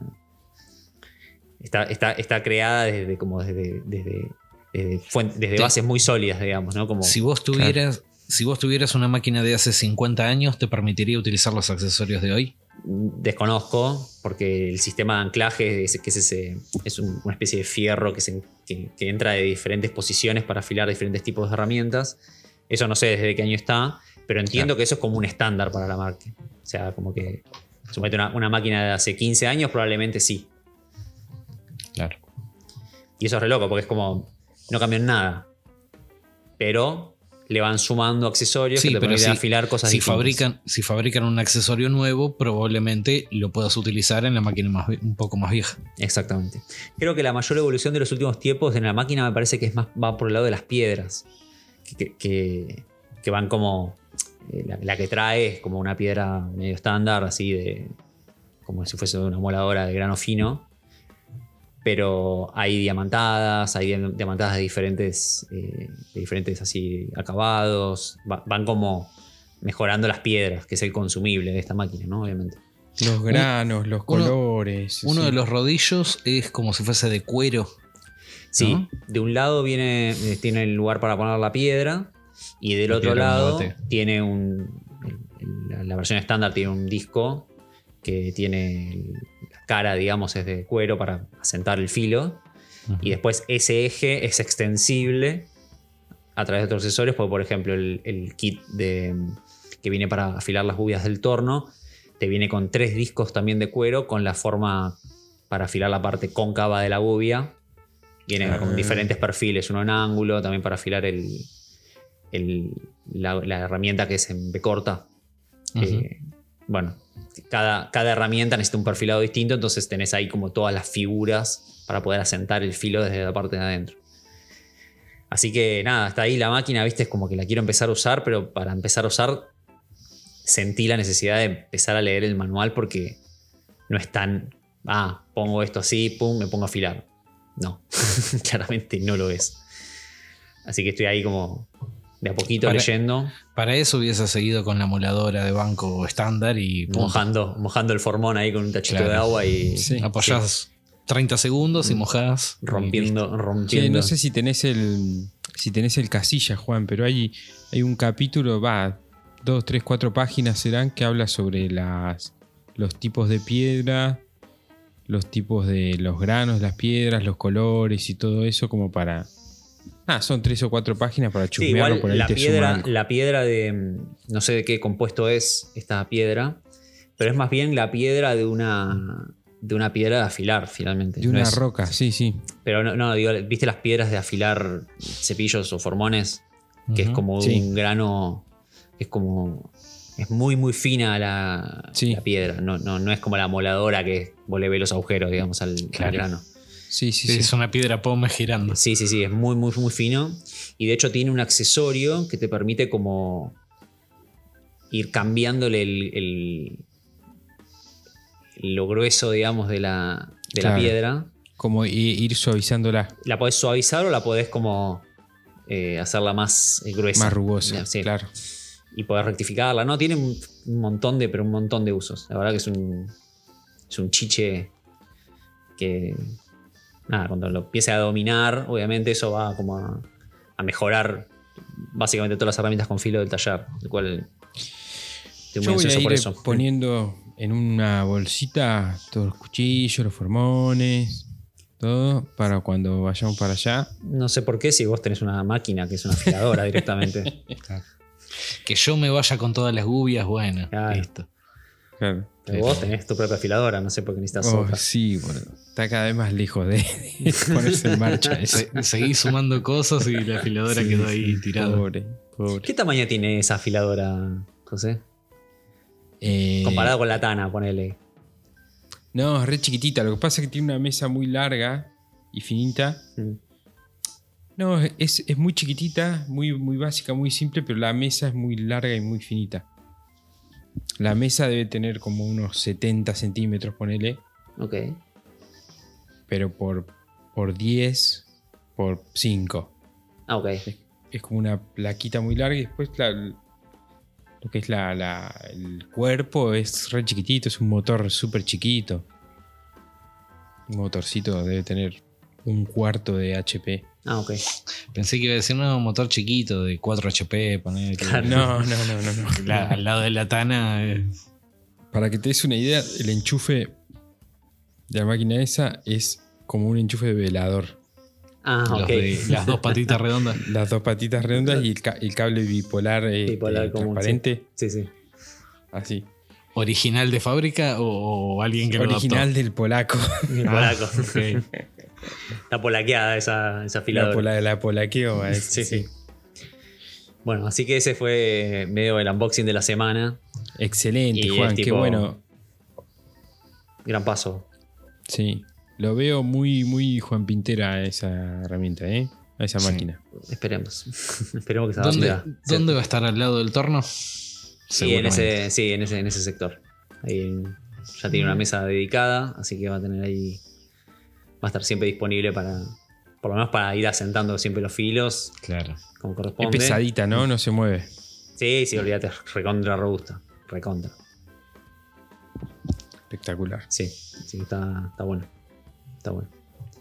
Está, está, está creada desde como desde, desde, desde, fuente, desde bases muy sólidas, digamos, ¿no? Como, si vos tuvieras, claro. si vos tuvieras una máquina de hace cincuenta años, ¿te permitiría utilizar los accesorios de hoy? Desconozco, porque el sistema de anclaje es, que es, ese, es un, una especie de fierro que, se, que, que entra de diferentes posiciones para afilar diferentes tipos de herramientas. Eso no sé desde qué año está, pero entiendo claro. que eso es como un estándar para la marca. O sea, como que sumete una, una máquina de hace quince años, probablemente sí. Claro. Y eso es re loco, porque es como, no cambió en nada. Pero le van sumando accesorios sí, que te permiten si, afilar cosas si distintas. Fabrican, si fabrican un accesorio nuevo, probablemente lo puedas utilizar en la máquina más, un poco más vieja. Exactamente. Creo que la mayor evolución de los últimos tiempos en la máquina me parece que es más, va por el lado de las piedras. Que, que, que van como... La, la que trae es como una piedra medio estándar, así de... como si fuese una moladora de grano fino. Pero hay diamantadas, hay diamantadas de diferentes, eh, de diferentes así acabados. Va, van como mejorando las piedras, que es el consumible de esta máquina, ¿no? Obviamente. Los granos, los colores. Uno sí. de los rodillos es como si fuese de cuero. Sí, ¿no? De un lado viene, tiene el lugar para poner la piedra y del la otro lado tiene un... La, la versión estándar tiene un disco que tiene... El, cara, digamos, es de cuero para asentar el filo. Uh-huh. Y después ese eje es extensible a través de otros accesorios, porque por ejemplo el, el kit de, que viene para afilar las gubias del torno te viene con tres discos también de cuero con la forma para afilar la parte cóncava de la gubia. Viene uh-huh. con diferentes perfiles, uno en ángulo, también para afilar el, el, la, la herramienta que es en B corta. Uh-huh. Eh, bueno, cada, cada herramienta necesita un perfilado distinto, entonces tenés ahí como todas las figuras para poder asentar el filo desde la parte de adentro. Así que nada, hasta ahí la máquina, viste, es como que la quiero empezar a usar, pero para empezar a usar sentí la necesidad de empezar a leer el manual porque no es tan, ah, pongo esto así, pum, me pongo a afilar. No, claramente no lo es. Así que estoy ahí como de a poquito para, leyendo. Para eso hubiese seguido con la moladora de banco estándar y punto. Mojando, mojando el formón ahí con un tachito Claro. de agua y Sí. Apoyás sí, treinta segundos y mojás. rompiendo, rompiendo. Che, no sé si tenés el. Si tenés el casilla, Juan, pero hay, hay un capítulo, va, dos, tres, cuatro páginas serán, que habla sobre las, los tipos de piedra, los tipos de los granos, las piedras, los colores y todo eso, como para. Ah, son tres o cuatro páginas para Sí, chusmearlo, igual por ahí la te suma piedra, algo. la piedra de. No sé de qué compuesto es esta piedra, pero es más bien la piedra de una. De una piedra de afilar, finalmente. De No una es- roca, sí, sí. Pero no, no, digo, ¿viste las piedras de afilar cepillos o formones? Que es Ujú. como Sí. un grano. Es como. Es muy, muy fina la, Sí. la piedra. No, no, no es como la moladora que vos le ves los agujeros, digamos, al, al Claro. grano. Sí, sí, Sí, sí. es una piedra pome girando. Sí, sí, sí, es muy, muy, muy fino. Y de hecho tiene un accesorio que te permite como ir cambiándole el, el- lo grueso, digamos, de la, de la Claro. piedra. Como i- ir suavizándola, La podés suavizar o la podés como eh, hacerla más eh, gruesa. más rugosa. Sí. Claro. Y podés rectificarla. No, tiene un, un montón de, pero un montón de usos. La verdad que es un, es un chiche que, nada, cuando lo empiece a dominar, obviamente eso va como a, a mejorar básicamente todas las herramientas con filo del taller, el cual estoy Yo muy voy a ansioso ir por eso. poniendo en una bolsita todos los cuchillos, los formones, todo, para cuando vayamos para allá. No sé por qué si vos tenés una máquina que es una afiladora directamente. Que yo me vaya con todas las gubias, bueno, Claro. listo. Claro. Pero vos tenés tu propia afiladora, no sé por qué necesitas Oh, otra. sí, bueno, está cada vez más lejos de, de ponerse en marcha eso. Se- seguí sumando cosas y la afiladora Sí, quedó ahí sí, tirada. Pobre, pobre. ¿Qué tamaño tiene esa afiladora, José? Eh, Comparado con la Tana, ponele. No, es re chiquitita. Lo que pasa es que tiene una mesa muy larga y finita. Mm. No, es, es muy chiquitita, muy, muy básica, muy simple, pero la mesa es muy larga y muy finita. La mesa debe tener como unos setenta centímetros, ponele, Ok. pero por, por diez, por cinco. Ah, ok. Es como una plaquita muy larga y después la- lo que es la, la- el cuerpo es re chiquitito, es un motor súper chiquito. Un motorcito debe tener un cuarto de H P. Ah, ok. Pensé que iba a decir, no, un motor chiquito de cuatro H P, poner que- No, no, no, no, no. La- al lado de la Tana. eh, Para que te des una idea, el enchufe de la máquina esa es como un enchufe de velador. Ah, los ok. de- las dos patitas redondas. Las dos patitas redondas y el, ca- el cable bipolar, eh, Bipolar eh, común, transparente. Sí, sí. Así. ¿Original de fábrica o, o alguien que lo Original del polaco. El adaptó? polaco. Ah, ok. Está polaqueada esa, esa La, afiladora. pola, la polaqueo. eh, Sí, sí. Bueno, así que ese fue medio el unboxing de la semana. Excelente, Y Juan. es Qué tipo- bueno. Gran paso. Sí. Lo veo muy, muy Juan Pintera esa herramienta, ¿eh? A esa Sí. máquina. Esperemos. Esperemos que se ¿Dónde, adapte. ¿Dónde va a estar al lado del torno? Sí, en Seguramente. ese, sí, en ese, en ese sector. Ahí en- ya tiene una mesa dedicada, así que va a tener ahí. Va a estar siempre disponible para. Por lo menos para ir asentando siempre los filos, Claro. como Es corresponde. pesadita, ¿no? No se mueve. Sí, sí, olvídate, recontra robusta. Recontra. Espectacular. Sí, sí, está, está bueno. Está bueno.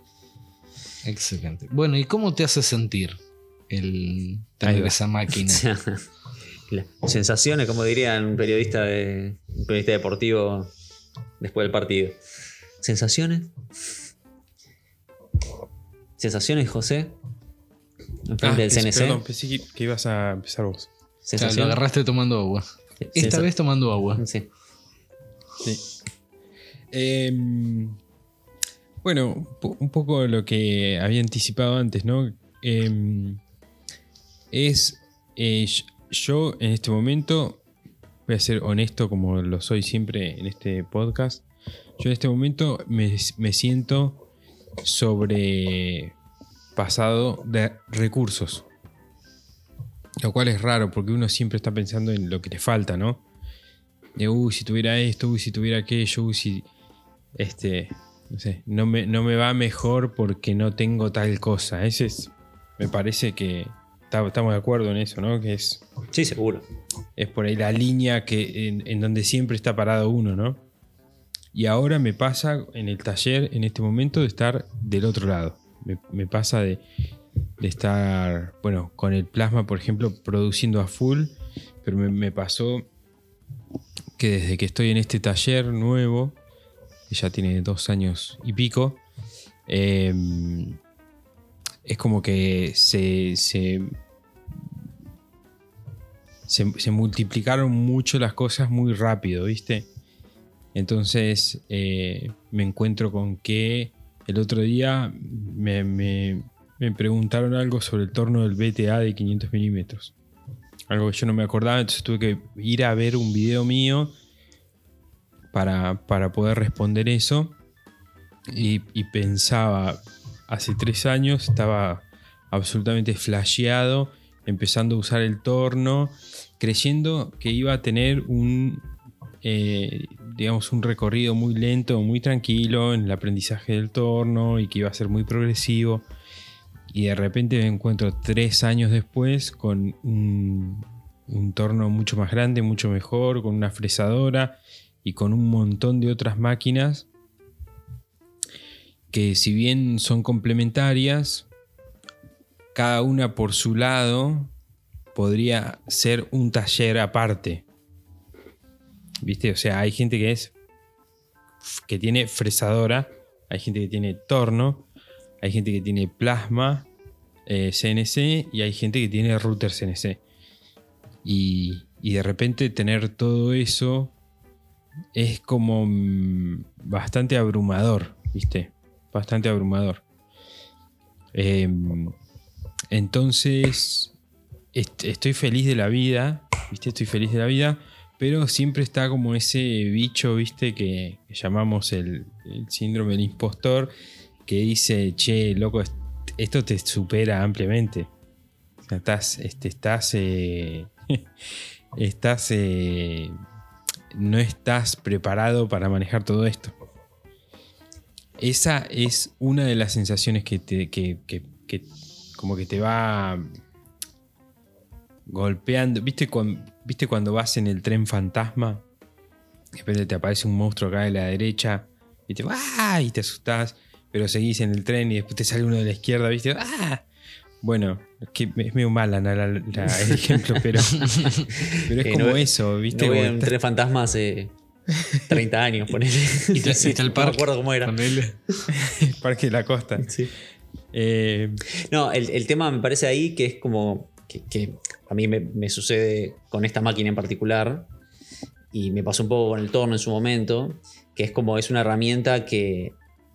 Excelente. Bueno, ¿y cómo te hace sentir el Ahí tener va. esa máquina? Las sensaciones, como diría un periodista de un periodista deportivo después del partido. ¿Sensaciones? ¿Sensaciones, José? Enfrente Ah, del pens- C N C. Perdón, pensé que, que ibas a empezar vos. O sea, lo ¿Sensaciones? agarraste tomando agua. Esta Sensa- vez tomando agua. Sí. Sí. Em, bueno, un po- un poco lo que había anticipado antes, ¿no? Em, es. eh, sh- yo en este momento. Voy a ser honesto como lo soy siempre en este podcast. Yo en este momento me, me siento sobrepasado de recursos. Lo cual es raro porque uno siempre está pensando en lo que le falta, ¿no? de uy, si tuviera esto, uy, si tuviera aquello, uy, si este, no sé, no me, no me va mejor porque no tengo tal cosa. Ese es, me parece que está- estamos de acuerdo en eso, ¿no? Que es, Sí, seguro. es por ahí la línea que, en, en donde siempre está parado uno, ¿no? Y ahora me pasa en el taller, en este momento, de estar del otro lado. Me, me pasa de, de estar, bueno, con el plasma, por ejemplo, produciendo a full, pero me, me pasó que desde que estoy en este taller nuevo, que ya tiene dos años y pico, eh, es como que se, se, se, se multiplicaron mucho las cosas muy rápido, ¿viste? Entonces eh, me encuentro con que el otro día me, me, me preguntaron algo sobre el torno del B T A de quinientos milímetros. Algo que yo no me acordaba, entonces tuve que ir a ver un video mío para, para poder responder eso. Y, y pensaba, hace tres años estaba absolutamente flasheado, empezando a usar el torno, creyendo que iba a tener un, eh, digamos, un recorrido muy lento, muy tranquilo en el aprendizaje del torno y que iba a ser muy progresivo. Y de repente me encuentro tres años después con un, un torno mucho más grande, mucho mejor, con una fresadora y con un montón de otras máquinas que, si bien son complementarias, cada una por su lado podría ser un taller aparte. ¿Viste? O sea, hay gente que es que tiene fresadora, hay gente que tiene torno, hay gente que tiene plasma eh, C N C y hay gente que tiene router C N C. Y, y de repente tener todo eso es como mm, bastante abrumador, ¿viste? Bastante abrumador. Eh, entonces, est- estoy feliz de la vida, ¿viste? Estoy feliz de la vida, pero siempre está como ese bicho, ¿viste? Que, que llamamos el, el síndrome del impostor, que dice, che, loco, est- esto te supera ampliamente. O sea, estás, este, estás, eh, estás, eh, no estás preparado para manejar todo esto. Esa es una de las sensaciones que te, que, que, que como que te va golpeando. ¿Viste cuando, ¿Viste cuando vas en el tren fantasma? De repente te aparece un monstruo acá de la derecha y te, ¡ah! Y te asustás, pero seguís en el tren y después te sale uno de la izquierda, ¿viste? ¡Ah! Bueno, es que es medio mala la, la, la- el ejemplo, pero, pero es Eh, como no- eso, ¿viste? No voy Como en un estás- tren fantasma hace treinta años, ponele. Y te, y te el No me parque. acuerdo cómo era. Ponele. el Parque de la Costa. Sí. Eh, No, el, el tema me parece ahí que es como que, que a mí me, me sucede con esta máquina en particular y me pasó un poco con el torno en su momento, que es como es una herramienta que,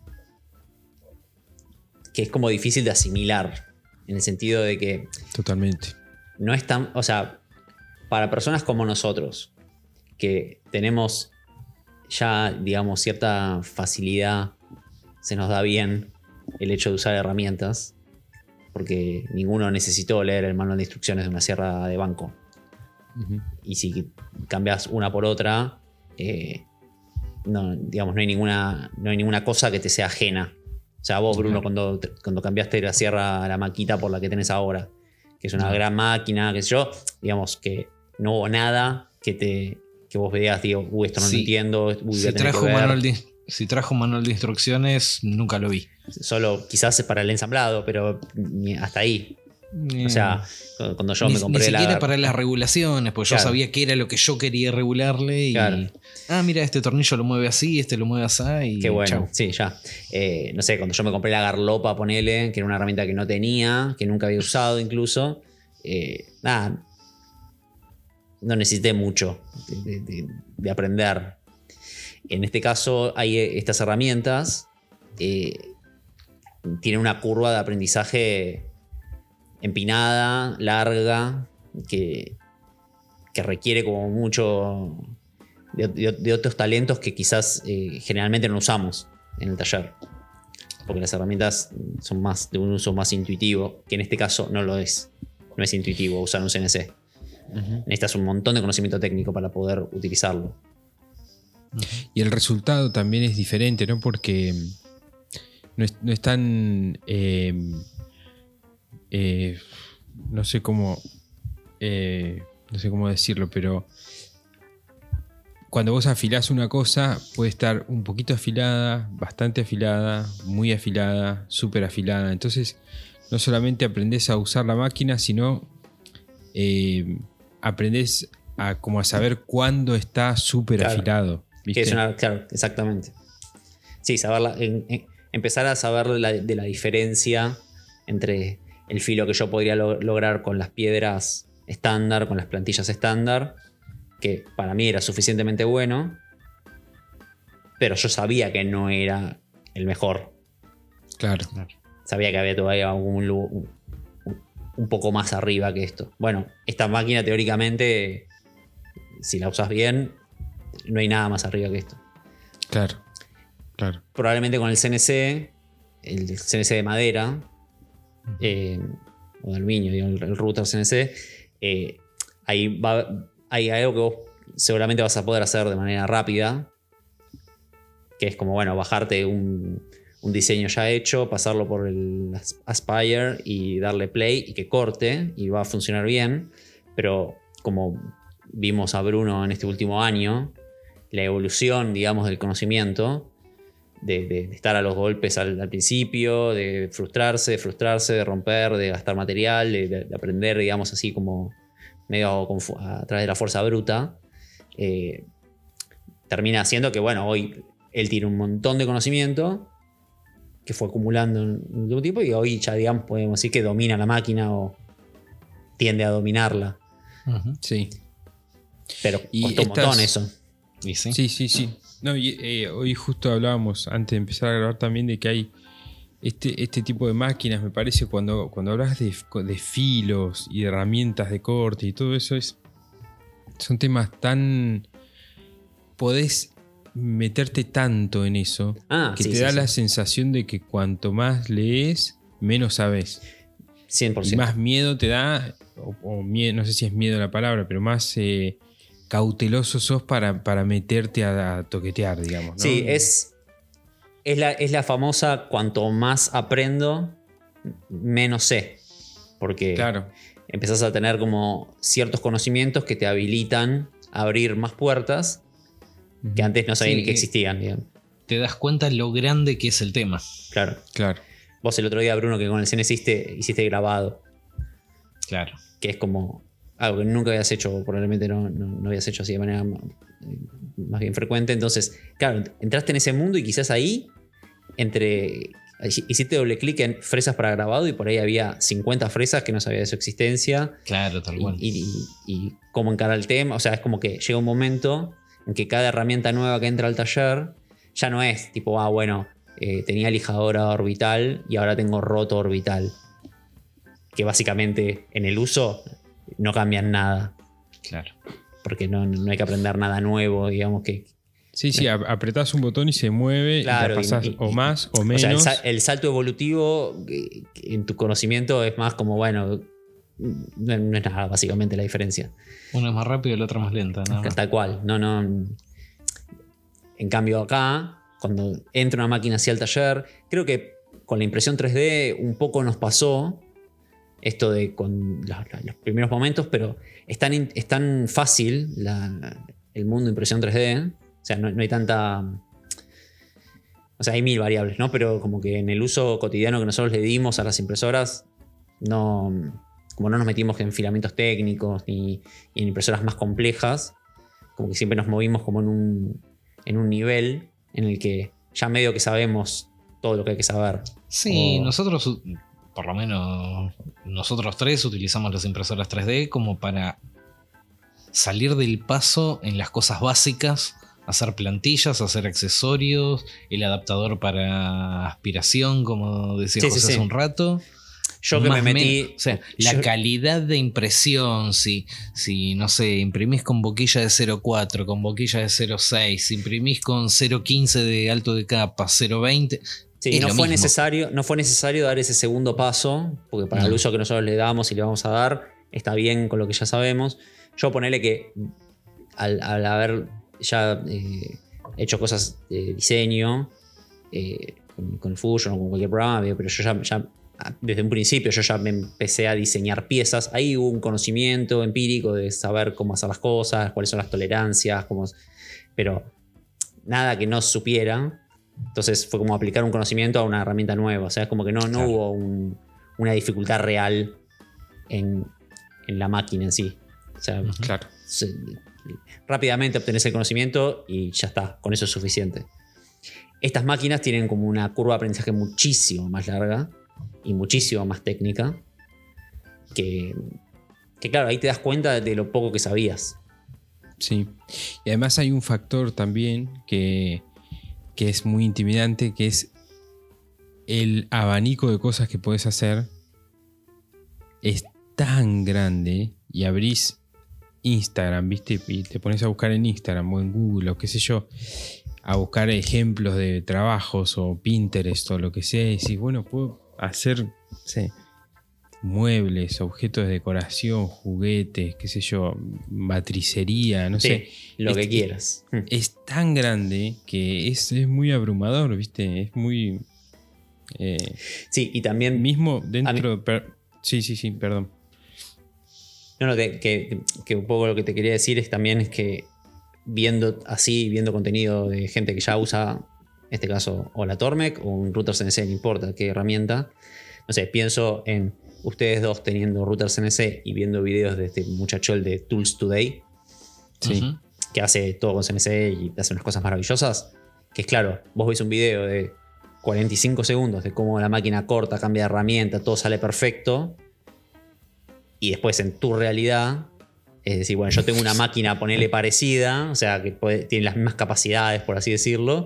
que es como difícil de asimilar, en el sentido de que totalmente. no es tan, o sea, para personas como nosotros, que tenemos ya, digamos, cierta facilidad, se nos da bien el hecho de usar herramientas, porque ninguno necesitó leer el manual de instrucciones de una sierra de banco. Uh-huh. Y si cambias una por otra, eh, no, digamos, no hay ninguna, no hay ninguna cosa que te sea ajena. O sea, vos, Bruno, cuando, cuando cambiaste la sierra a la maquita por la que tenés ahora, que es una Uh-huh. gran máquina, qué sé yo, digamos que no hubo nada que te que vos veas, digo, uy, esto no Sí. lo entiendo, uy, voy Si a tener trajo, que ver. manual de, si trajo manual de instrucciones, nunca lo vi. Solo quizás es para el ensamblado, pero ni hasta ahí. O sea, cuando yo ni, me compré ni siquiera la... para las regulaciones, porque Claro. yo sabía que era lo que yo quería regularle. Y, Claro. ah, mira, este tornillo lo mueve así, este lo mueve así. Y Qué bueno, chau. sí, ya. Eh, no sé, cuando yo me compré la garlopa, ponele, que era una herramienta que no tenía, que nunca había usado incluso, eh, nada, no necesité mucho de, de- de aprender. En este caso, hay eh, estas herramientas, eh, tienen una curva de aprendizaje empinada, larga, que, que requiere como mucho de, de- de otros talentos que quizás eh, generalmente no usamos en el taller. Porque las herramientas son más de un uso más intuitivo, que en este caso no lo es. No es intuitivo usar un C N C. uh-huh. necesitas un montón de conocimiento técnico para poder utilizarlo. Y el resultado también es diferente, ¿no? Porque no es, no es tan... Eh, eh, no sé cómo... Eh, no sé cómo decirlo, pero... Cuando vos afilás una cosa, puede estar un poquito afilada, bastante afilada, muy afilada, súper afilada. Entonces, no solamente aprendés a usar la máquina, sino eh, aprendés a, como a saber cuándo está súper claro. afilado. ¿Viste? Que es una, claro, exactamente. Sí, saberla, en, en, empezar a saber de la, de la diferencia entre el filo que yo podría lo, lograr con las piedras estándar, con las plantillas estándar, que para mí era suficientemente bueno, pero yo sabía que no era el mejor. Claro. Sabía que había todavía un, un, un poco más arriba que esto. Bueno, esta máquina teóricamente, si la usas bien, no hay nada más arriba que esto. Claro, claro. Probablemente con el C N C, el C N C de madera, eh, o de aluminio, digamos, el router C N C, eh, ahí va... Hay algo que vos seguramente vas a poder hacer de manera rápida, que es como, bueno, bajarte un, un diseño ya hecho, pasarlo por el Aspire y darle play y que corte y va a funcionar bien. Pero como vimos a Bruno en este último año, la evolución, digamos, del conocimiento, de, de, de estar a los golpes al, al principio, de frustrarse, de frustrarse, de romper, de gastar material, de, de aprender, digamos, así como... medio a través de la fuerza bruta, eh, termina haciendo que, bueno, hoy él tiene un montón de conocimiento que fue acumulando en el último tiempo y hoy ya, digamos, podemos decir que domina la máquina o tiende a dominarla. Uh-huh. Sí. Pero y costó estas... un montón eso. ¿Y sí? Sí, sí, sí. No, y, eh, hoy justo hablábamos, antes de empezar a grabar también, de que hay Este, este tipo de máquinas, me parece, cuando, cuando hablas de, de filos y de herramientas de corte y todo eso, es, son temas tan... Podés meterte tanto en eso ah, que sí, te sí, da sí. la sensación de que cuanto más lees, menos sabes. cien por ciento. Y más miedo te da, o, o miedo, no sé si es miedo la palabra, pero más eh, cauteloso sos para, para meterte a, a toquetear, digamos, ¿no? Sí, es... Es la, es la famosa cuanto más aprendo, menos sé. Porque claro. empezás a tener como ciertos conocimientos que te habilitan a abrir más puertas uh-huh. que antes no sabían sí, ni que existían. Digamos. Te das cuenta lo grande que es el tema. Claro. Claro. Vos el otro día, Bruno, que con el C N C hiciste, hiciste grabado. Claro. Que es como algo que nunca habías hecho, probablemente no, no, no habías hecho así de manera más bien frecuente. Entonces, claro, entraste en ese mundo y quizás ahí entre hiciste doble clic en fresas para grabado y por ahí había cincuenta fresas que no sabía de su existencia. Claro, tal cual. Y, y, y cómo encarar el tema. O sea, es como que llega un momento en que cada herramienta nueva que entra al taller ya no es tipo, ah, bueno, eh, tenía lijadora orbital y ahora tengo roto orbital. Que básicamente en el uso no cambian nada. Claro. Porque no, no hay que aprender nada nuevo, digamos que... Sí, sí, apretás un botón y se mueve, claro, y la pasás y, y, o más o menos. O sea, el, sal, el salto evolutivo en tu conocimiento es más como, bueno, no, no es nada básicamente la diferencia. Uno es más rápido y el otro más lenta. ¿No? Tal cual, no, no. En cambio acá, cuando entra una máquina hacia el taller, creo que con la impresión tres D un poco nos pasó esto de con los, los primeros momentos, pero es tan, es tan fácil la, el mundo de impresión tres D. O sea, no, no hay tanta... O sea, hay mil variables, ¿no? Pero como que en el uso cotidiano que nosotros le dimos a las impresoras, no, como no nos metimos en filamentos técnicos ni, ni en impresoras más complejas, como que siempre nos movimos como en un, en un nivel en el que ya medio que sabemos todo lo que hay que saber. Sí, o... nosotros, por lo menos nosotros tres, utilizamos las impresoras tres D como para salir del paso en las cosas básicas. Hacer plantillas, hacer accesorios, el adaptador para aspiración, como decía sí, José sí, sí. hace un rato. Yo que Más me metí... menos, o sea, la yo... calidad de impresión, si, si, no sé, imprimís con boquilla de cero punto cuatro, con boquilla de cero punto seis, si imprimís con cero punto quince de alto de capa, cero punto veinte... Sí, no fue, necesario, no fue necesario dar ese segundo paso, porque para no. el uso que nosotros le damos y le vamos a dar, está bien con lo que ya sabemos, Yo ponele que al, al haber ya eh, hecho cosas de diseño, eh, con, con el Fusion o con cualquier programa, pero yo ya, ya desde un principio yo ya me empecé a diseñar piezas. Ahí hubo un conocimiento empírico de saber cómo hacer las cosas, cuáles son las tolerancias, cómo, pero nada que no supiera. Entonces fue como aplicar un conocimiento a una herramienta nueva. O sea, es como que no, no Claro. hubo un, una dificultad real en, en la máquina en sí. O sea, Claro. se- rápidamente obtenés el conocimiento y ya está, con eso es suficiente. Estas máquinas tienen como una curva de aprendizaje muchísimo más larga y muchísimo más técnica, que, que claro, ahí te das cuenta de lo poco que sabías. Sí. Y además hay un factor también que, que es muy intimidante, que es el abanico de cosas que puedes hacer es tan grande y abrís Instagram, ¿viste? Y te pones a buscar en Instagram o en Google o qué sé yo, a buscar ejemplos de trabajos o Pinterest o lo que sea, y decís, bueno, puedo hacer, no sé, muebles, objetos de decoración, juguetes, qué sé yo, matricería, no Sí, sé. lo Es- que es- quieras. Es tan grande que es, es muy abrumador, ¿viste? Es muy... eh, Sí, y también... mismo A dentro... per- sí, sí, sí, perdón. No, no, que, que- que un poco lo que te quería decir es también es que viendo así, viendo contenido de gente que ya usa, en este caso, o la Tormec o un router C N C, no importa qué herramienta. No sé, pienso en ustedes dos teniendo router C N C y viendo videos de este muchacho, el de Tools Today, Sí. Ujú. que hace todo con C N C y hace unas cosas maravillosas. Que es claro, vos ves un video de cuarenta y cinco segundos de cómo la máquina corta, cambia de herramienta, todo sale perfecto. Y después en tu realidad, es decir, bueno, yo tengo una máquina, ponele parecida, o sea, que puede- tiene las mismas capacidades, por así decirlo.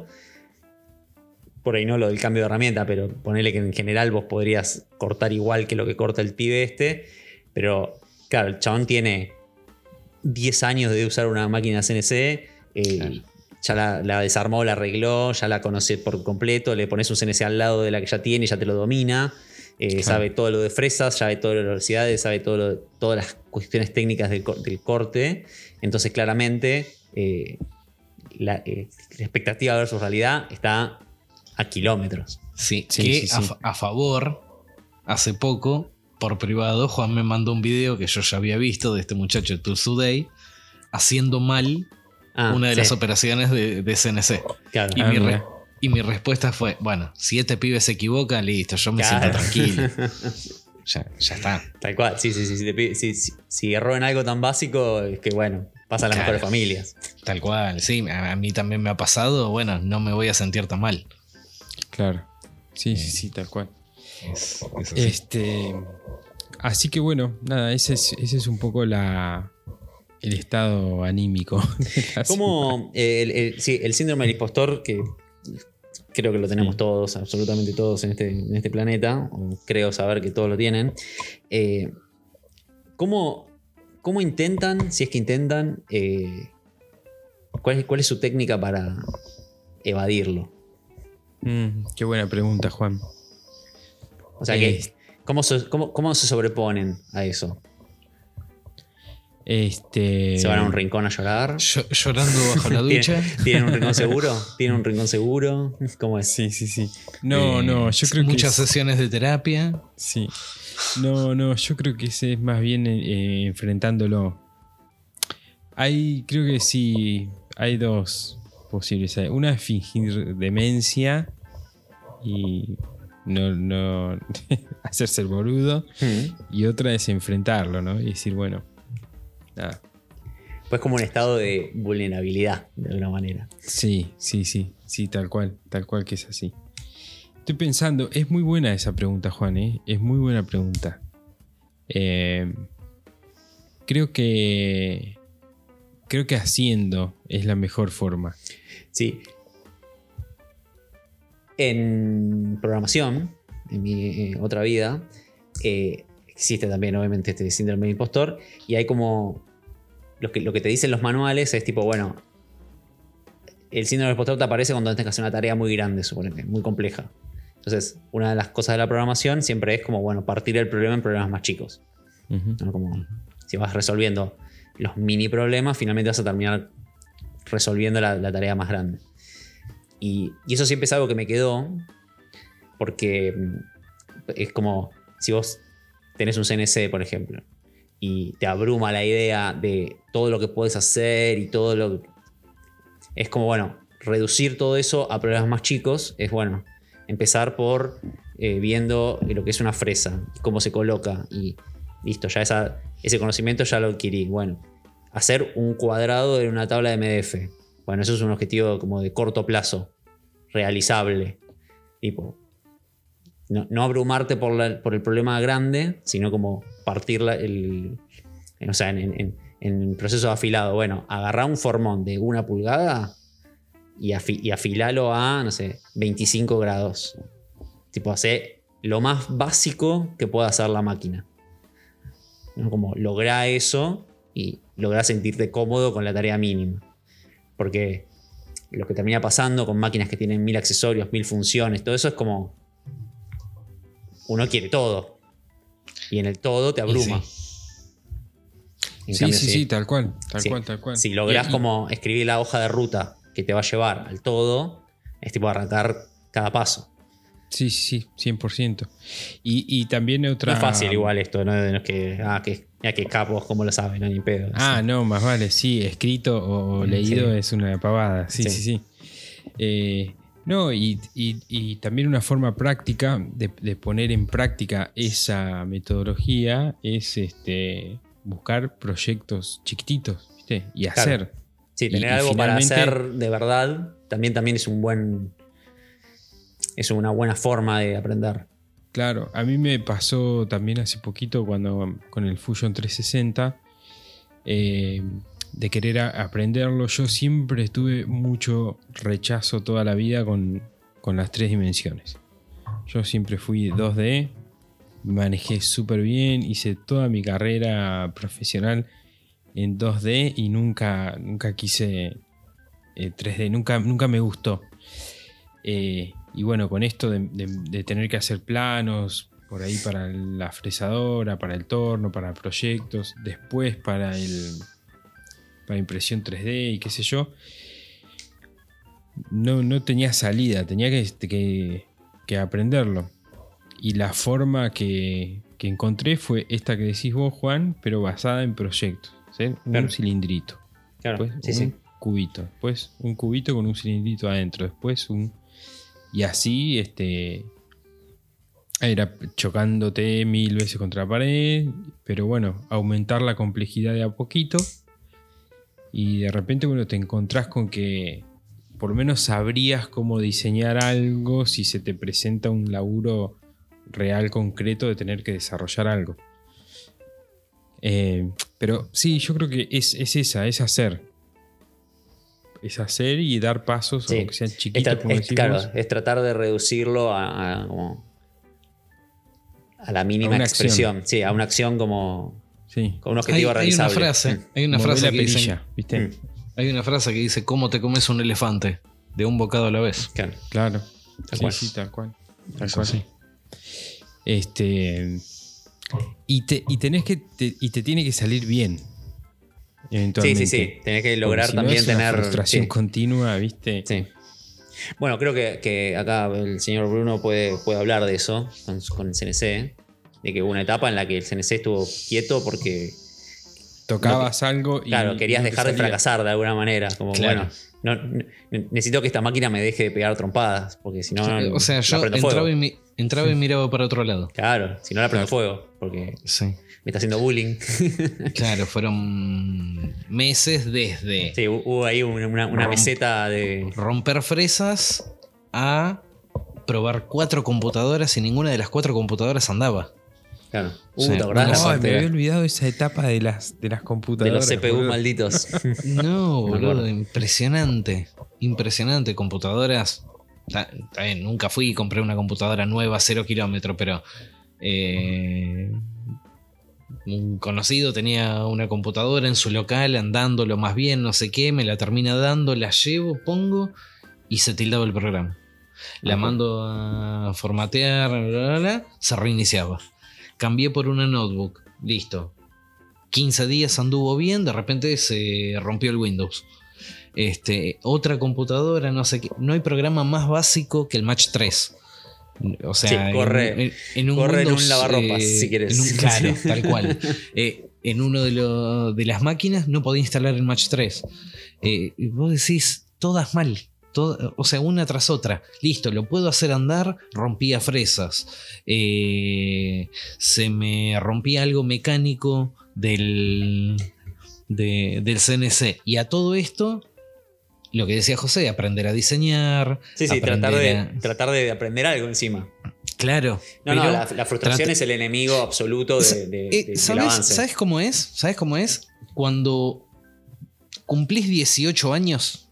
Por ahí no lo del cambio de herramienta, pero ponele que en general vos podrías cortar igual que lo que corta el pibe este. Pero claro, el chabón tiene diez años de usar una máquina C N C. eh, Claro. Ya la, la desarmó, la arregló, ya la conoce por completo. Le pones un C N C al lado de la que ya tiene y ya te lo domina. Eh, Claro. Sabe todo lo de fresas, sabe todo lo de velocidades, sabe todo lo- todas las cuestiones técnicas del, cor- del corte. Entonces, claramente, eh, la, eh, la expectativa versus realidad está a kilómetros. Sí, Sí, que sí, a, sí. fa- a favor, hace poco, por privado, Juan me mandó un video que yo ya había visto de este muchacho de Tools Today haciendo mal Ah, una de sí, las operaciones de, de C N C. Claro. Y, Ah, mi re- mira. y mi respuesta fue, bueno, si este pibe se equivoca, listo, yo me Claro. siento tranquilo. Ya, ya está. Tal cual, sí, sí, sí. Si, te pide- si, si- si erró en algo tan básico, es que bueno, pasa a las Claro. mejores familias. Tal cual, sí, a, a mí también me ha pasado, bueno, no me voy a sentir tan mal. Claro. Sí, sí, sí, tal cual. Es, es así. Este, así que bueno, nada, ese es, ese es un poco la, el estado anímico. de la semana. Como eh, el, el- sí, el síndrome del impostor, que creo que lo tenemos Sí. todos, absolutamente todos en este, en este planeta, o creo saber que todos lo tienen. Eh, ¿cómo, cómo intentan, si es que intentan, eh, cuál, es, cuál es su técnica para evadirlo? Mm, qué buena pregunta, Juan. O sea, Eh. que, ¿cómo, se- cómo- cómo se sobreponen a eso? Este, ¿Se van a un rincón a llorar? Yo- llorando bajo la ducha. ¿Tienen, ¿tienen un rincón seguro? ¿Tienen un rincón seguro? ¿Cómo es? Sí, sí, sí. No, Eh, no, yo creo muchas que es- sesiones de terapia. sí. No, no, yo creo que ese es más bien eh, enfrentándolo. Hay, creo que sí, hay dos posibles. Una es fingir demencia y no, no hacerse el boludo. Hmm. Y otra es enfrentarlo, ¿no? Y decir, bueno, nada. Pues como un estado de vulnerabilidad, de alguna manera. Sí, sí, sí, sí, tal cual, tal cual que es así. Estoy pensando, es muy buena esa pregunta, Juan, ¿eh? Es muy buena pregunta. Eh, creo que creo que haciendo es la mejor forma. Sí. En programación, en mi eh, otra vida, eh, existe también obviamente este síndrome del impostor y hay como lo que, lo que te dicen los manuales es tipo, bueno, el síndrome del impostor te aparece cuando tienes que hacer una tarea muy grande, suponete, muy compleja. Entonces, una de las cosas de la programación siempre es como, bueno, partir el problema en problemas más chicos. Ujú. ¿No? Como si vas resolviendo los mini problemas, finalmente vas a terminar resolviendo la, la tarea más grande. Y, y eso siempre es algo que me quedó, porque es como si vos tenés un C N C, por ejemplo, y te abruma la idea de todo lo que puedes hacer y todo lo que... Es como, bueno, reducir todo eso a problemas más chicos es, bueno, empezar por eh, viendo lo que es una fresa, cómo se coloca y listo, ya esa, ese conocimiento ya lo adquirí. Bueno, hacer un cuadrado en una tabla de M D F. Bueno, eso es un objetivo como de corto plazo, realizable. Tipo, no, no abrumarte por, la, por el problema grande, sino como partir la, el... O sea, en, en, en el proceso de afilado. Bueno, agarrar un formón de una pulgada y, afi, y afilalo a, no sé, veinticinco grados. Tipo, hacer lo más básico que pueda hacer la máquina. ¿No? Como lograr eso y lograr sentirte cómodo con la tarea mínima. Porque lo que termina pasando con máquinas que tienen mil accesorios, mil funciones, todo eso es como... Uno quiere todo. Y en el todo te abruma. Sí, sí, sí, sí, tal cual. Tal si, cual, tal cual. Si lográs y, como escribir la hoja de ruta que te va a llevar al todo, es tipo arrancar cada paso. Sí, sí, sí, cien por ciento. Y, y también otra... No es fácil igual esto, no, no es que... Ah, que, ya que capos, ¿cómo lo saben? No, ni pedo. Ah, sí. no, más vale, sí, escrito o leído sí. es una pavada. Sí, sí, sí. sí. Eh, no, y, y, y también una forma práctica de, de poner en práctica esa metodología es este, buscar proyectos chiquititos, ¿viste? Y claro. hacer. Sí, tener y, algo y finalmente, para hacer de verdad también, también es un buen... Es una buena forma de aprender. Claro, a mí me pasó también hace poquito cuando con el Fusion trescientos sesenta eh, de querer a, aprenderlo. Yo siempre tuve mucho rechazo toda la vida con, con las tres dimensiones. Yo siempre fui dos D, manejé súper bien, hice toda mi carrera profesional en dos D y nunca, nunca quise eh, tres D, nunca, nunca me gustó. Eh, y bueno, con esto de, de, de tener que hacer planos por ahí para la fresadora, para el torno, para proyectos, después para el para impresión tres D y qué sé yo, no, no tenía salida, tenía que, que, que aprenderlo. Y la forma que, que encontré fue esta que decís vos, Juan, pero basada en proyectos. ¿Sí? Claro. Un cilindrito. Claro, Después sí, un sí. cubito. Después un cubito con un cilindrito adentro. Después un... Y así, este... era chocándote mil veces contra la pared. Pero bueno, aumentar la complejidad de a poquito. Y de repente, bueno, te encontrás con que por lo menos sabrías cómo diseñar algo si se te presenta un laburo real, concreto de tener que desarrollar algo. Eh, pero sí, yo creo que es, es esa, es hacer. Es hacer y dar pasos, Sí. aunque sean chiquitos, es, como es, decís claro, vos. es tratar de reducirlo a, a, como, a la mínima A una expresión. acción. Sí, a una acción como Sí. con un objetivo hay, hay realizable. una frase, hay una Mover frase la que perilla, dicen, ¿viste? Mm. hay una frase que dice ¿cómo te comes un elefante? De un bocado a la vez. Claro. Claro. Tal Sí, cual. sí, tal cual. Tal Eso cual. sí. Este. Y te, y tenés que. Te, y te tiene que salir bien. Sí, Eventualmente. sí, sí. Tenés que lograr Porque si no también es una tener. frustración Sí, continua, ¿viste? sí. Bueno, creo que, que acá el señor Bruno puede, puede hablar de eso con, con el C N C. De que hubo una etapa en la que el C N C estuvo quieto porque. Tocabas algo y. Claro, querías y no te dejar de salía. fracasar de alguna manera. Como, Claro. bueno, no, no- necesito que esta máquina me deje de pegar trompadas. Porque si no. O sea, la yo prendo entraba fuego. y, mi- entraba y miraba para otro lado. Claro, si no la prendo Claro. fuego. Porque Sí. me está haciendo bullying. Claro, fueron meses desde Sí, hubo ahí una, una, una Romp- meseta de. romper fresas a probar cuatro computadoras y ninguna de las cuatro computadoras andaba. Claro. Uh, Sí, ¿te acordás no, la Ay, parte me de, había olvidado esa etapa de las, de las de computadoras. los C P U boludo. malditos? No, Me boludo, acuerdo. impresionante. Impresionante. Computadoras. Está, está bien, nunca fui y compré una computadora nueva, cero kilómetros, pero eh, un conocido tenía una computadora en su local, andándolo más bien, no sé qué, me la termina dando, la llevo, pongo y se tildaba el programa. La Ajá. mando a formatear, bla, bla, bla, se reiniciaba. Cambié por una notebook, listo. quince días anduvo bien, de repente se rompió el Windows. Este, otra computadora, no sé qué. No hay programa más básico que el Match tres. O sea, sí, corre, en, en, en un corre Windows, en un lavarropas, eh, si quieres. En un, claro, tal cual. Eh, en uno de, lo, de las máquinas no podía instalar el Match tres. Eh, y vos decís, todas mal. Todo, o sea, una tras otra. Listo, lo puedo hacer andar, rompía fresas. Eh, se me rompía algo mecánico del, de, del C N C. Y a todo esto, lo que decía José, aprender a diseñar. Sí, sí, tratar de, a... tratar de aprender algo encima. Claro. No, no, la, la frustración es el enemigo absoluto de, de, de, ¿sabes, del avance. ¿Sabes cómo es? ¿Sabes cómo es? Cuando cumplís dieciocho años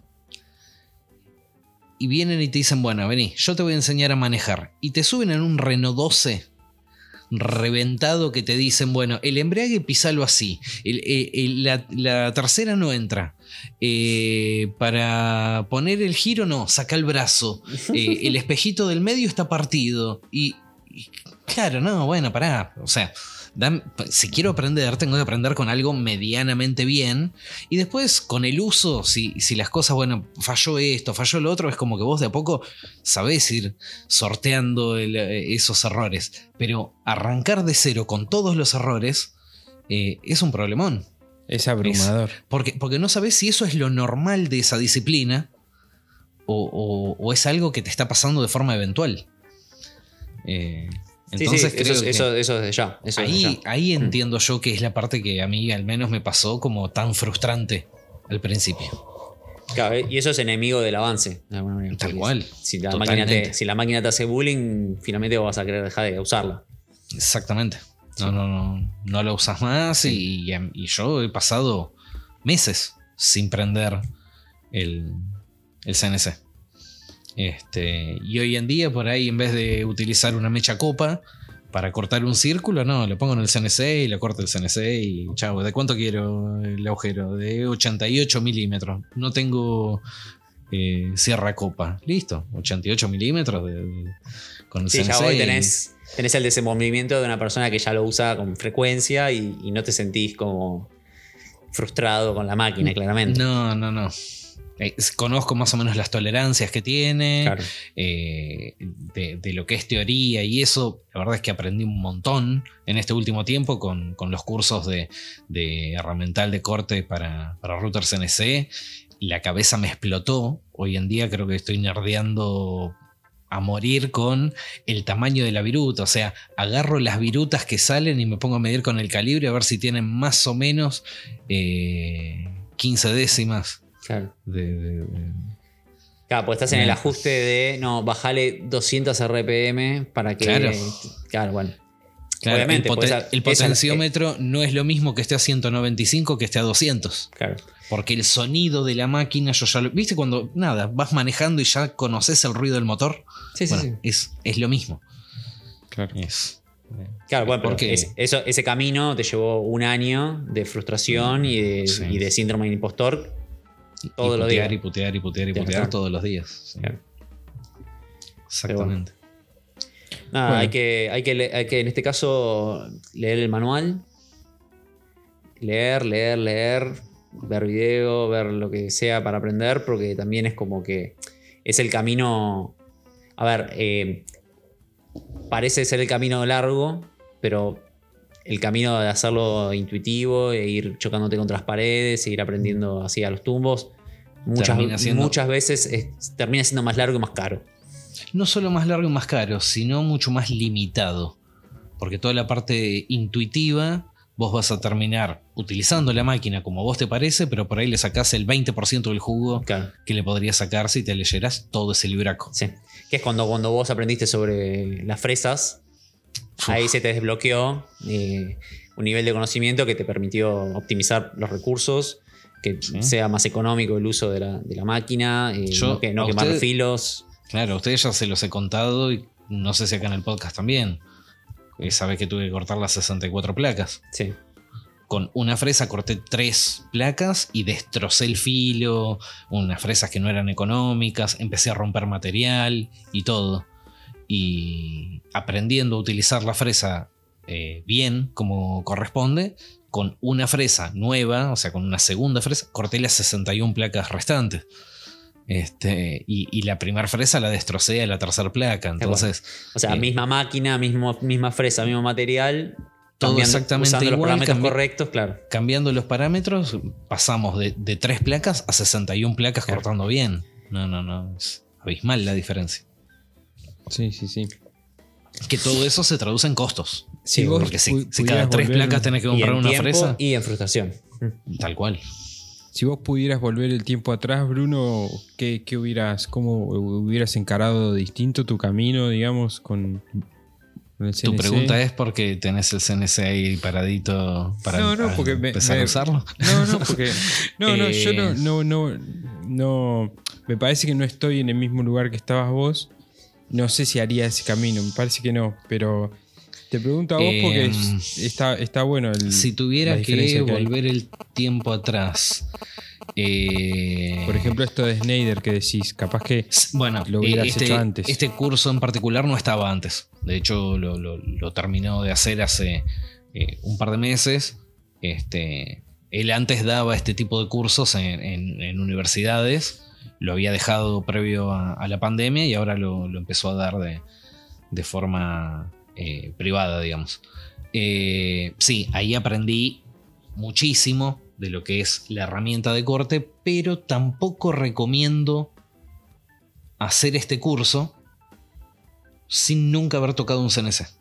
y vienen y te dicen, bueno, vení, yo te voy a enseñar a manejar. Y te suben en un Renault doce reventado que te dicen, bueno, el embrague pisalo así, el, el, el, la, la trasera no entra, eh, para poner el giro no, saca el brazo, eh, el espejito del medio está partido y, y claro, no, bueno, pará, o sea, dan, si quiero aprender tengo que aprender con algo medianamente bien y después con el uso, si, si las cosas, bueno, falló esto, falló lo otro, es como que vos de a poco sabés ir sorteando el, esos errores, pero arrancar de cero con todos los errores eh, es un problemón. Es abrumador. Es, porque, porque no sabés si eso es lo normal de esa disciplina o, o, o es algo que te está pasando de forma eventual. Eh, Entonces sí, sí, creo eso, que eso, eso desde ya. Eso ahí, desde ya. ahí entiendo yo que es la parte que a mí al menos me pasó como tan frustrante al principio. Claro, y eso es enemigo del avance, de alguna manera. Tal cual. Si la, máquina te, si la máquina te hace bullying, finalmente vos vas a querer dejar de usarla. Exactamente. No, no, no, no la usas más sí. y, y yo he pasado meses sin prender el, el C N C. Este, y hoy en día por ahí en vez de utilizar una mecha copa para cortar un círculo, no, le pongo en el C N C y le corto el C N C y chavo, ¿de cuánto quiero el agujero? De ochenta y ocho milímetros. No tengo eh, cierra copa. Listo, ochenta y ocho milímetros de, de, con el sí, C N C. Ya hoy tenés, tenés el desenvolvimiento de una persona que ya lo usa con frecuencia y, y no te sentís como frustrado con la máquina, claramente. No, no, no. Eh, conozco más o menos las tolerancias que tiene, claro. eh, de, de lo que es teoría y eso, la verdad es que aprendí un montón en este último tiempo con, con los cursos de, de herramental de corte para, para router C N C. La cabeza me explotó. Hoy en día creo que estoy nerdeando a morir con el tamaño de la viruta. O sea, agarro las virutas que salen y me pongo a medir con el calibre a ver si tienen más o menos eh, quince décimas. Claro. De, de, de... Claro, pues estás en el ajuste de no, bajale doscientos R P M para que. Claro, claro bueno. Claro, obviamente. El, poten esa, el potenciómetro esa, eh, no es lo mismo que esté a ciento noventa y cinco que esté a doscientos. Claro. Porque el sonido de la máquina, yo ya lo. ¿Viste cuando nada, vas manejando y ya conoces el ruido del motor? Sí, bueno, sí, sí. Es, es lo mismo. Claro. Es, Claro, bueno, porque es, eso, ese camino te llevó un año de frustración y de, sí. y de síndrome del impostor. Todos y los putear, días. y putear y putear y putear claro. todos los días. Sí. Claro. Exactamente. Bueno. Nada, bueno. hay, que, hay, que, hay que en este caso leer el manual. Leer, leer, leer. Ver video, ver lo que sea para aprender. Porque también es como que es el camino. A ver, eh, parece ser el camino largo, pero el camino de hacerlo intuitivo e ir chocándote contra las paredes, e ir aprendiendo así a los tumbos, muchas, siendo, muchas veces es, termina siendo más largo y más caro. No solo más largo y más caro, sino mucho más limitado. Porque toda la parte intuitiva vos vas a terminar utilizando la máquina como vos te parece, pero por ahí le sacás el veinte por ciento del jugo claro. que le podrías sacar si te leyeras todo ese libraco. Sí, que es cuando, cuando vos aprendiste sobre las fresas. Uf. Ahí se te desbloqueó eh, un nivel de conocimiento que te permitió optimizar los recursos, que sí. sea más económico el uso de la, de la máquina, eh, Yo, no, que, no quemar usted, filos. Claro, a ustedes ya se los he contado y no sé si acá en el podcast también. Esa vez que tuve que cortar las sesenta y cuatro placas. Sí. Con una fresa corté tres placas y destrocé el filo, unas fresas que no eran económicas, empecé a romper material y todo. Y aprendiendo a utilizar la fresa eh, bien, como corresponde, con una fresa nueva, o sea, con una segunda fresa, corté las sesenta y una placas restantes. Este, y, y la primera fresa la destrocé a la tercera placa. Entonces, o sea, eh, misma máquina, mismo, misma fresa, mismo material. Todo exactamente usando igual, los parámetros cambi- correctos, claro. Cambiando los parámetros, pasamos de, de tres placas a sesenta y una placas Claro. cortando bien. No, no, no. Es abismal la diferencia. Sí, sí, sí. Que todo eso se traduce en costos. Si vos Porque si, pu- si cada pudieras tres volver- placas tenés que Y comprar en una tiempo fresa, y en frustración. tal cual. Si vos pudieras volver el tiempo atrás, Bruno, ¿qué, qué hubieras, cómo hubieras encarado distinto tu camino, digamos, con, con el C N C? Tu pregunta es porque tenés el C N C ahí paradito para No, no, a- porque me- empezar me- a usarlo. No, no, porque. No, no, yo no, Eh. no, no, no. Me parece que no estoy en el mismo lugar que estabas vos. No sé si haría ese camino, me parece que no, pero te pregunto a vos porque es- Em, está, está bueno el. Si la tuviera diferencia que que hay. volver el tiempo atrás. eh, Por ejemplo, esto de Snyder que decís, capaz que. S- Bueno, Lo hubieras eh, este, hecho antes. este curso en particular no estaba antes. De hecho, lo, lo- lo terminó de hacer hace eh, un par de meses. Este, él antes daba este tipo de cursos en, en- en universidades. Lo había dejado previo a, a la pandemia y ahora lo, lo empezó a dar de, de forma eh, privada, digamos. Eh, sí, ahí aprendí muchísimo de lo que es la herramienta de corte, pero tampoco recomiendo hacer este curso sin nunca haber tocado un C N C.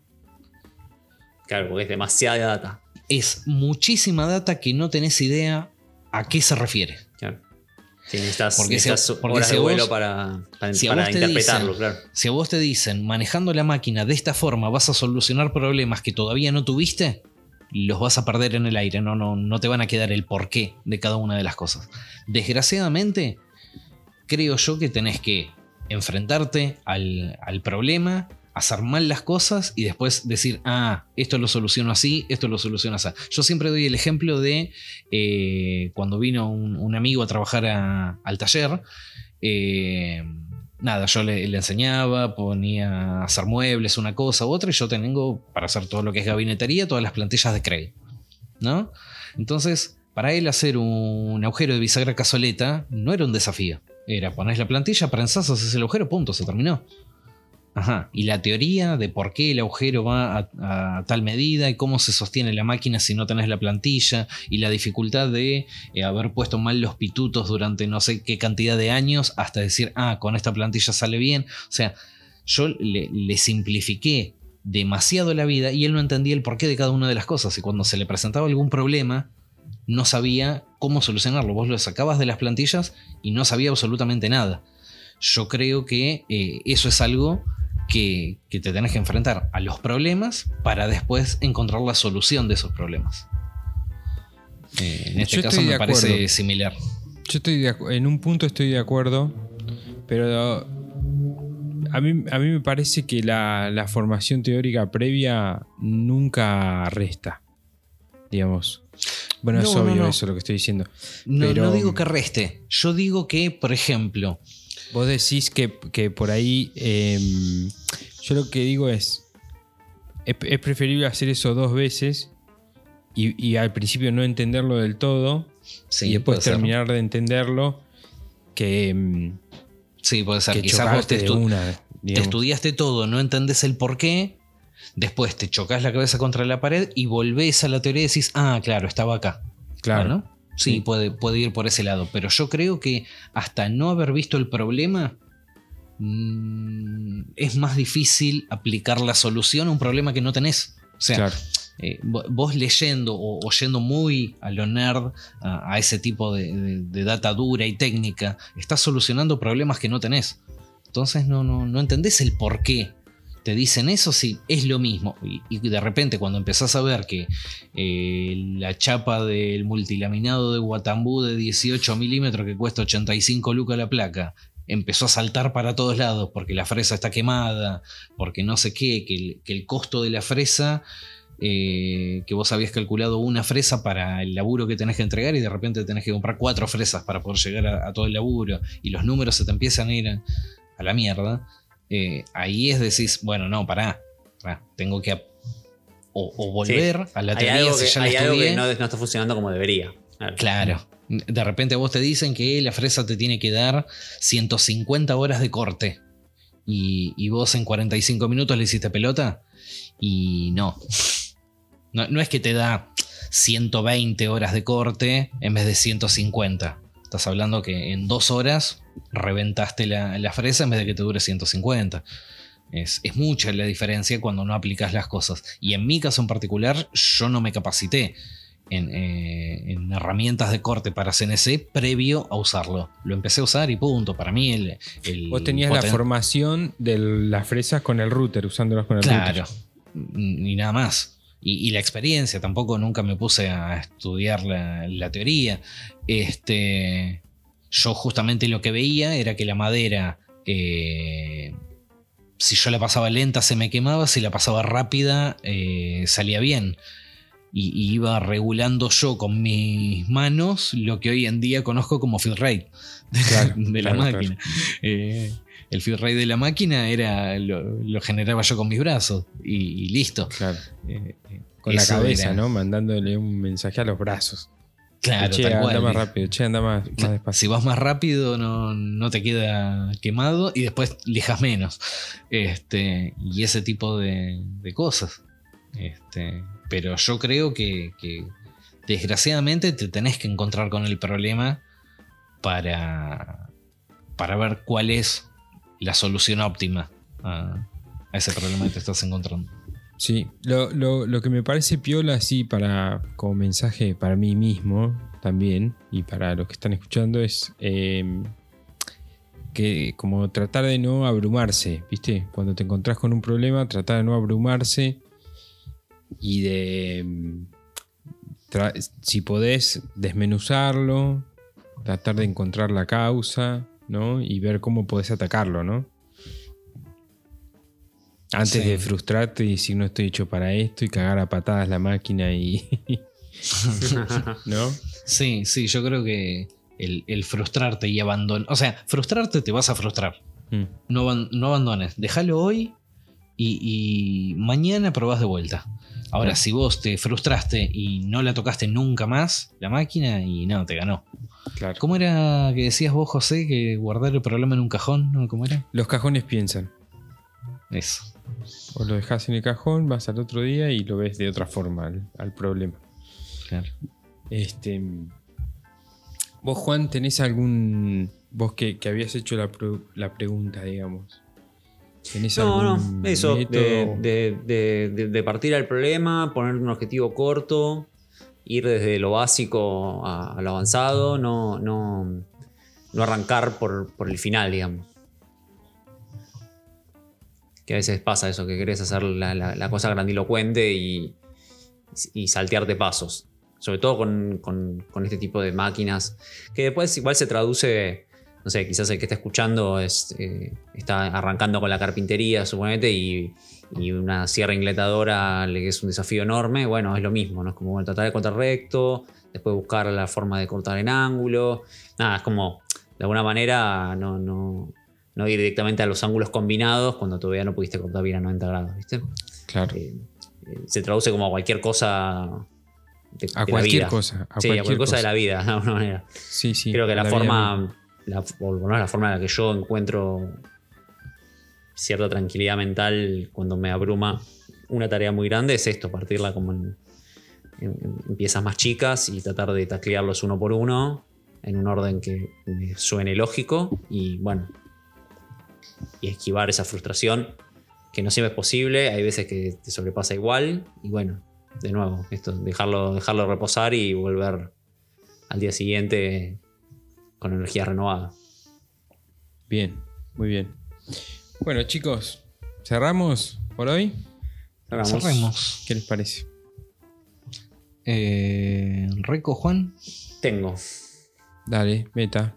Claro, porque es demasiada data. Es muchísima data que no tenés idea a qué se refiere. Claro. Sí, necesitas, Porque si- necesitas porque horas si de a vuelo vos- para, para, si a para vos te interpretarlo, dicen- claro. Si a vos te dicen, manejando la máquina de esta forma vas a solucionar problemas que todavía no tuviste, los vas a perder en el aire, no, no, no te van a quedar el porqué de cada una de las cosas. Desgraciadamente, creo yo que tenés que enfrentarte al, al problema, hacer mal las cosas y después decir, ah, esto lo soluciono así, esto lo soluciono así. Yo siempre doy el ejemplo de eh, cuando vino un, un amigo a trabajar a- al taller. eh, Nada, yo le, le enseñaba, ponía a hacer muebles, una cosa u otra, y yo tengo para hacer todo lo que es gabinetería, todas las plantillas de Craig, ¿no? Entonces, para él hacer un agujero de bisagra cazoleta no era un desafío. Era poner la plantilla, prensás, haces el agujero, punto, se terminó. Ajá. Y la teoría de por qué el agujero va a, a tal medida y cómo se sostiene la máquina si no tenés la plantilla y la dificultad de eh, haber puesto mal los pitutos durante no sé qué cantidad de años hasta decir, ah, con esta plantilla sale bien. O sea, yo le, le simplifiqué demasiado la vida y él no entendía el porqué de cada una de las cosas. Y cuando se le presentaba algún problema, no sabía cómo solucionarlo. Vos lo sacabas de las plantillas y no sabía absolutamente nada. Yo creo que eh, eso es algo que, que te tenés que enfrentar a los problemas para después encontrar la solución de esos problemas. Eh, en este Yo caso estoy me de parece acuerdo. similar. Yo estoy de acu- en un punto estoy de acuerdo, pero a mí, a mí me parece que la, la formación teórica previa nunca resta, digamos. Bueno, No, es no, obvio no. eso lo que estoy diciendo. No, Pero- no digo que reste. Yo digo que, por ejemplo, Vos decís que, que por ahí, eh, yo lo que digo es, es, es preferible hacer eso dos veces y, y al principio no entenderlo del todo sí, y después puede ser. terminar de entenderlo que, mm, Sí, puede ser. que Quizás vos te, chocarte de estu- una, te digamos. estudiaste todo, no entendés el por qué. Después te chocas la cabeza contra la pared y volvés a la teoría y decís, ah, claro, estaba acá. Claro. Bueno, sí, Sí. Puede, puede ir por ese lado. Pero yo creo que hasta no haber visto el problema, mmm, es más difícil aplicar la solución a un problema que no tenés. O sea, Claro. eh, vo- vos leyendo o oyendo muy a lo nerd, a, a ese tipo de, de- de data dura y técnica, estás solucionando problemas que no tenés. Entonces no, no, no entendés el por qué. Te dicen eso, sí, es lo mismo. Y, y de repente cuando empezás a ver que eh, la chapa del multilaminado de Guatambú de dieciocho milímetros que cuesta ochenta y cinco lucas la placa, empezó a saltar para todos lados porque la fresa está quemada, porque no sé qué, que el, que el costo de la fresa, eh, que vos habías calculado una fresa para el laburo que tenés que entregar y de repente tenés que comprar cuatro fresas para poder llegar a, a todo el laburo y los números se te empiezan a ir a, a la mierda. Eh, ahí es decís, bueno, no, pará, pará, tengo que ap- o, o volver sí. a la hay teoría algo si que, ya la hay algo estudié. que no, no está funcionando como debería. Claro. Claro. De repente a vos te dicen que la fresa te tiene que dar ciento cincuenta horas de corte. Y, y vos en cuarenta y cinco minutos le hiciste pelota. Y no. no. No es que te da ciento veinte horas de corte en vez de ciento cincuenta. Estás hablando que en dos horas reventaste la, la fresa en vez de que te dure ciento cincuenta. Es, es mucha la diferencia cuando no aplicas las cosas. Y en mi caso en particular, yo no me capacité en, eh, en herramientas de corte para C N C previo a usarlo. Lo empecé a usar y punto. Para mí el... el Vos tenías poten- la formación de las fresas con el router, usándolas con el Claro, router. ni nada más. Y, y la experiencia, tampoco nunca me puse a estudiar la, la teoría. Este, yo justamente lo que veía era que la madera, eh, si yo la pasaba lenta se me quemaba, si la pasaba rápida eh, salía bien. Y, y iba regulando yo con mis manos lo que hoy en día conozco como feed rate de, Claro, de la claro, máquina. Eh, el feed rate de la máquina era lo, lo generaba yo con mis brazos y, y listo. Claro. Eh, eh, Con la eso cabeza, era- ¿no? Mandándole un mensaje a los brazos. Claro, che, tal anda cual. más rápido, che, anda más, más despacio. Si vas más rápido no, no te queda quemado y después lijas menos. Este, y ese tipo de, de cosas. Este, pero yo creo que, que desgraciadamente te tenés que encontrar con el problema para, para ver cuál es la solución óptima a, a ese problema que te estás encontrando. Sí, lo, lo, lo que me parece piola así para como mensaje para mí mismo también y para los que están escuchando es eh, que como tratar de no abrumarse, ¿viste? Cuando te encontrás con un problema, tratar de no abrumarse y de, tra- si podés, desmenuzarlo, tratar de encontrar la causa, ¿no? Y ver cómo podés atacarlo, ¿no? Antes Sí. de frustrarte y decir no estoy hecho para esto y cagar a patadas la máquina y... ¿no? Sí, sí, yo creo que el, el frustrarte y abandonar... O sea, frustrarte te vas a frustrar. Mm, No, aban- no abandones. Déjalo hoy y, y mañana probás de vuelta. Ahora, Claro. si vos te frustraste y no la tocaste nunca más, la máquina, y no, te ganó. claro. ¿Cómo era que decías vos, José, que guardar el problema en un cajón? ¿No? ¿Cómo era? Los cajones piensan. Eso. O lo dejas en el cajón, vas al otro día y lo ves de otra forma al, al problema. Claro. Este, vos, Juan, tenés algún... Vos que, que habías hecho la, pro- la pregunta, digamos. ¿Tenés No, algún no, eso, de, método? de- de- de- de partir al problema, poner un objetivo corto, ir desde lo básico a, a lo avanzado, no, no, no arrancar por, por el final, digamos. Que a veces pasa eso, que querés hacer la, la- la cosa grandilocuente y, y saltearte pasos. Sobre todo con, con- con este tipo de máquinas, que después igual se traduce, no sé, quizás el que está escuchando es, eh, está arrancando con la carpintería, suponete, y, y una sierra ingletadora le es un desafío enorme. Bueno, es lo mismo, ¿no? Es como bueno, tratar de cortar recto, después buscar la forma de cortar en ángulo. Nada, es como, de alguna manera, no, no, no ir directamente a los ángulos combinados cuando todavía no pudiste cortar bien a noventa grados, ¿viste? Claro. Eh, eh, se traduce como a cualquier cosa de, A de cualquier la vida. cosa. A sí, cualquier a cualquier cosa, de la vida, de alguna manera. Sí, sí. Creo que la, vida misma. forma, la, o por lo menos la forma en la que yo encuentro cierta tranquilidad mental cuando me abruma una tarea muy grande es esto, partirla como en, en- en piezas más chicas y tratar de taclearlos uno por uno en un orden que me suene lógico y bueno, y esquivar esa frustración que no siempre es posible, hay veces que te sobrepasa igual y bueno, de nuevo, esto, dejarlo, dejarlo reposar y volver al día siguiente con energía renovada. Bien, muy bien. Bueno, chicos, ¿cerramos por hoy? Cerramos. Cerremos. ¿Qué les parece? Eh, Reco, Juan. Tengo. Dale, meta.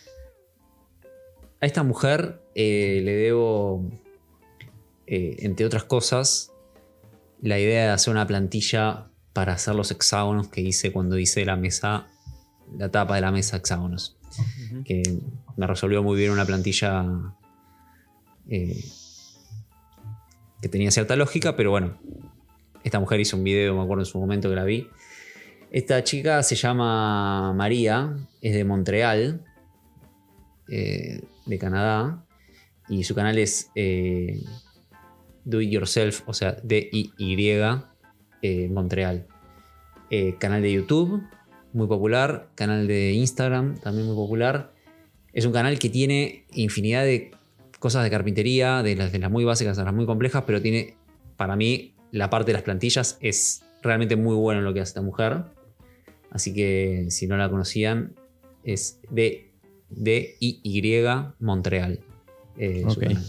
A esta mujer eh, le debo, eh, entre otras cosas, la idea de hacer una plantilla para hacer los hexágonos que hice cuando hice la mesa, la tapa de la mesa hexágonos. Ujú. Que me resolvió muy bien una plantilla eh, que tenía cierta lógica, pero bueno, Esta mujer hizo un video, me acuerdo en su momento que la vi. Esta chica se llama María, es de Montreal, eh, de Canadá, y su canal es eh, Do It Yourself, o sea, D I Y eh, Montreal. Eh, canal de YouTube, muy popular. Canal de Instagram, también muy popular. Es un canal que tiene infinidad de cosas de carpintería, de las, de las muy básicas a las muy complejas, pero tiene, para mí, la parte de las plantillas es realmente muy bueno en lo que hace esta mujer. Así que si no la conocían, es de D I Y Montreal. Eh, su Ok. canal.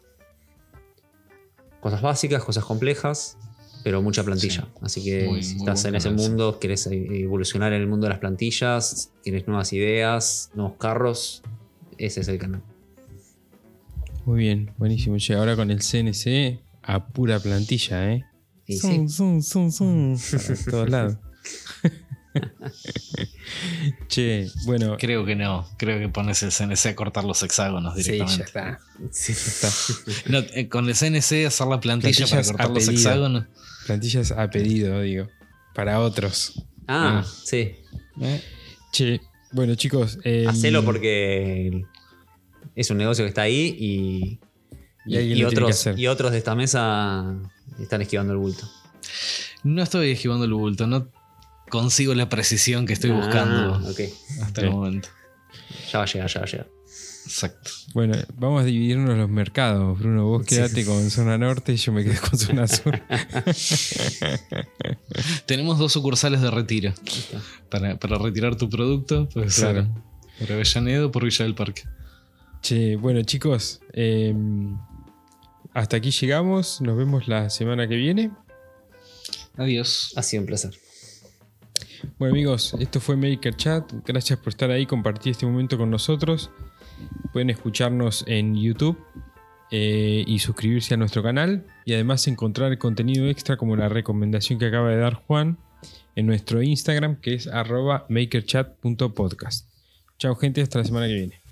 Cosas básicas, cosas complejas, pero mucha plantilla. Sí. Así que Muy- si muy estás buen en ese canal, sí. mundo, querés evolucionar en el mundo de las plantillas, tienes nuevas ideas, nuevos carros, ese es el canal. Muy bien, buenísimo. Che, ahora con el C N C a pura plantilla, ¿eh? Y Zum, sí. zum, zum, zum, para todos lados. Che, bueno. Creo que no. Creo que pones el C N C a cortar los hexágonos Sí, ya directamente. está. Sí. Ya está. No, eh, con el C N C hacer la plantilla Plantillas para cortar a los pedido. hexágonos. Plantillas a pedido, digo. Para otros. Ah, Ah. sí. ¿Eh? Che, bueno, chicos. eh, Hacelo porque es un negocio que está ahí y, Y alguien y lo tiene que otros, hacer. y otros de esta mesa están esquivando el bulto. No estoy esquivando el bulto, no consigo la precisión que estoy Ah, buscando ok. hasta el Ok. momento. Ya va a llegar, ya va a llegar. Exacto. Bueno, vamos a dividirnos los mercados, Bruno. Vos Sí. quedate con zona norte y yo me quedo con zona sur. Tenemos dos sucursales de retiro. está. Para, para retirar tu producto, pues Claro. ser por Avellaneda o por Villa del Parque. Che, bueno, chicos. eh, hasta aquí llegamos. Nos vemos la semana que viene. Adiós. Ha sido un placer. Bueno, amigos, esto fue Maker Chat. Gracias por estar ahí, compartir este momento con nosotros. Pueden escucharnos en YouTube eh, y suscribirse a nuestro canal. Y además encontrar contenido extra como la recomendación que acaba de dar Juan en nuestro Instagram, que es arroba makerchat punto podcast. Chao, gente, hasta la semana que viene.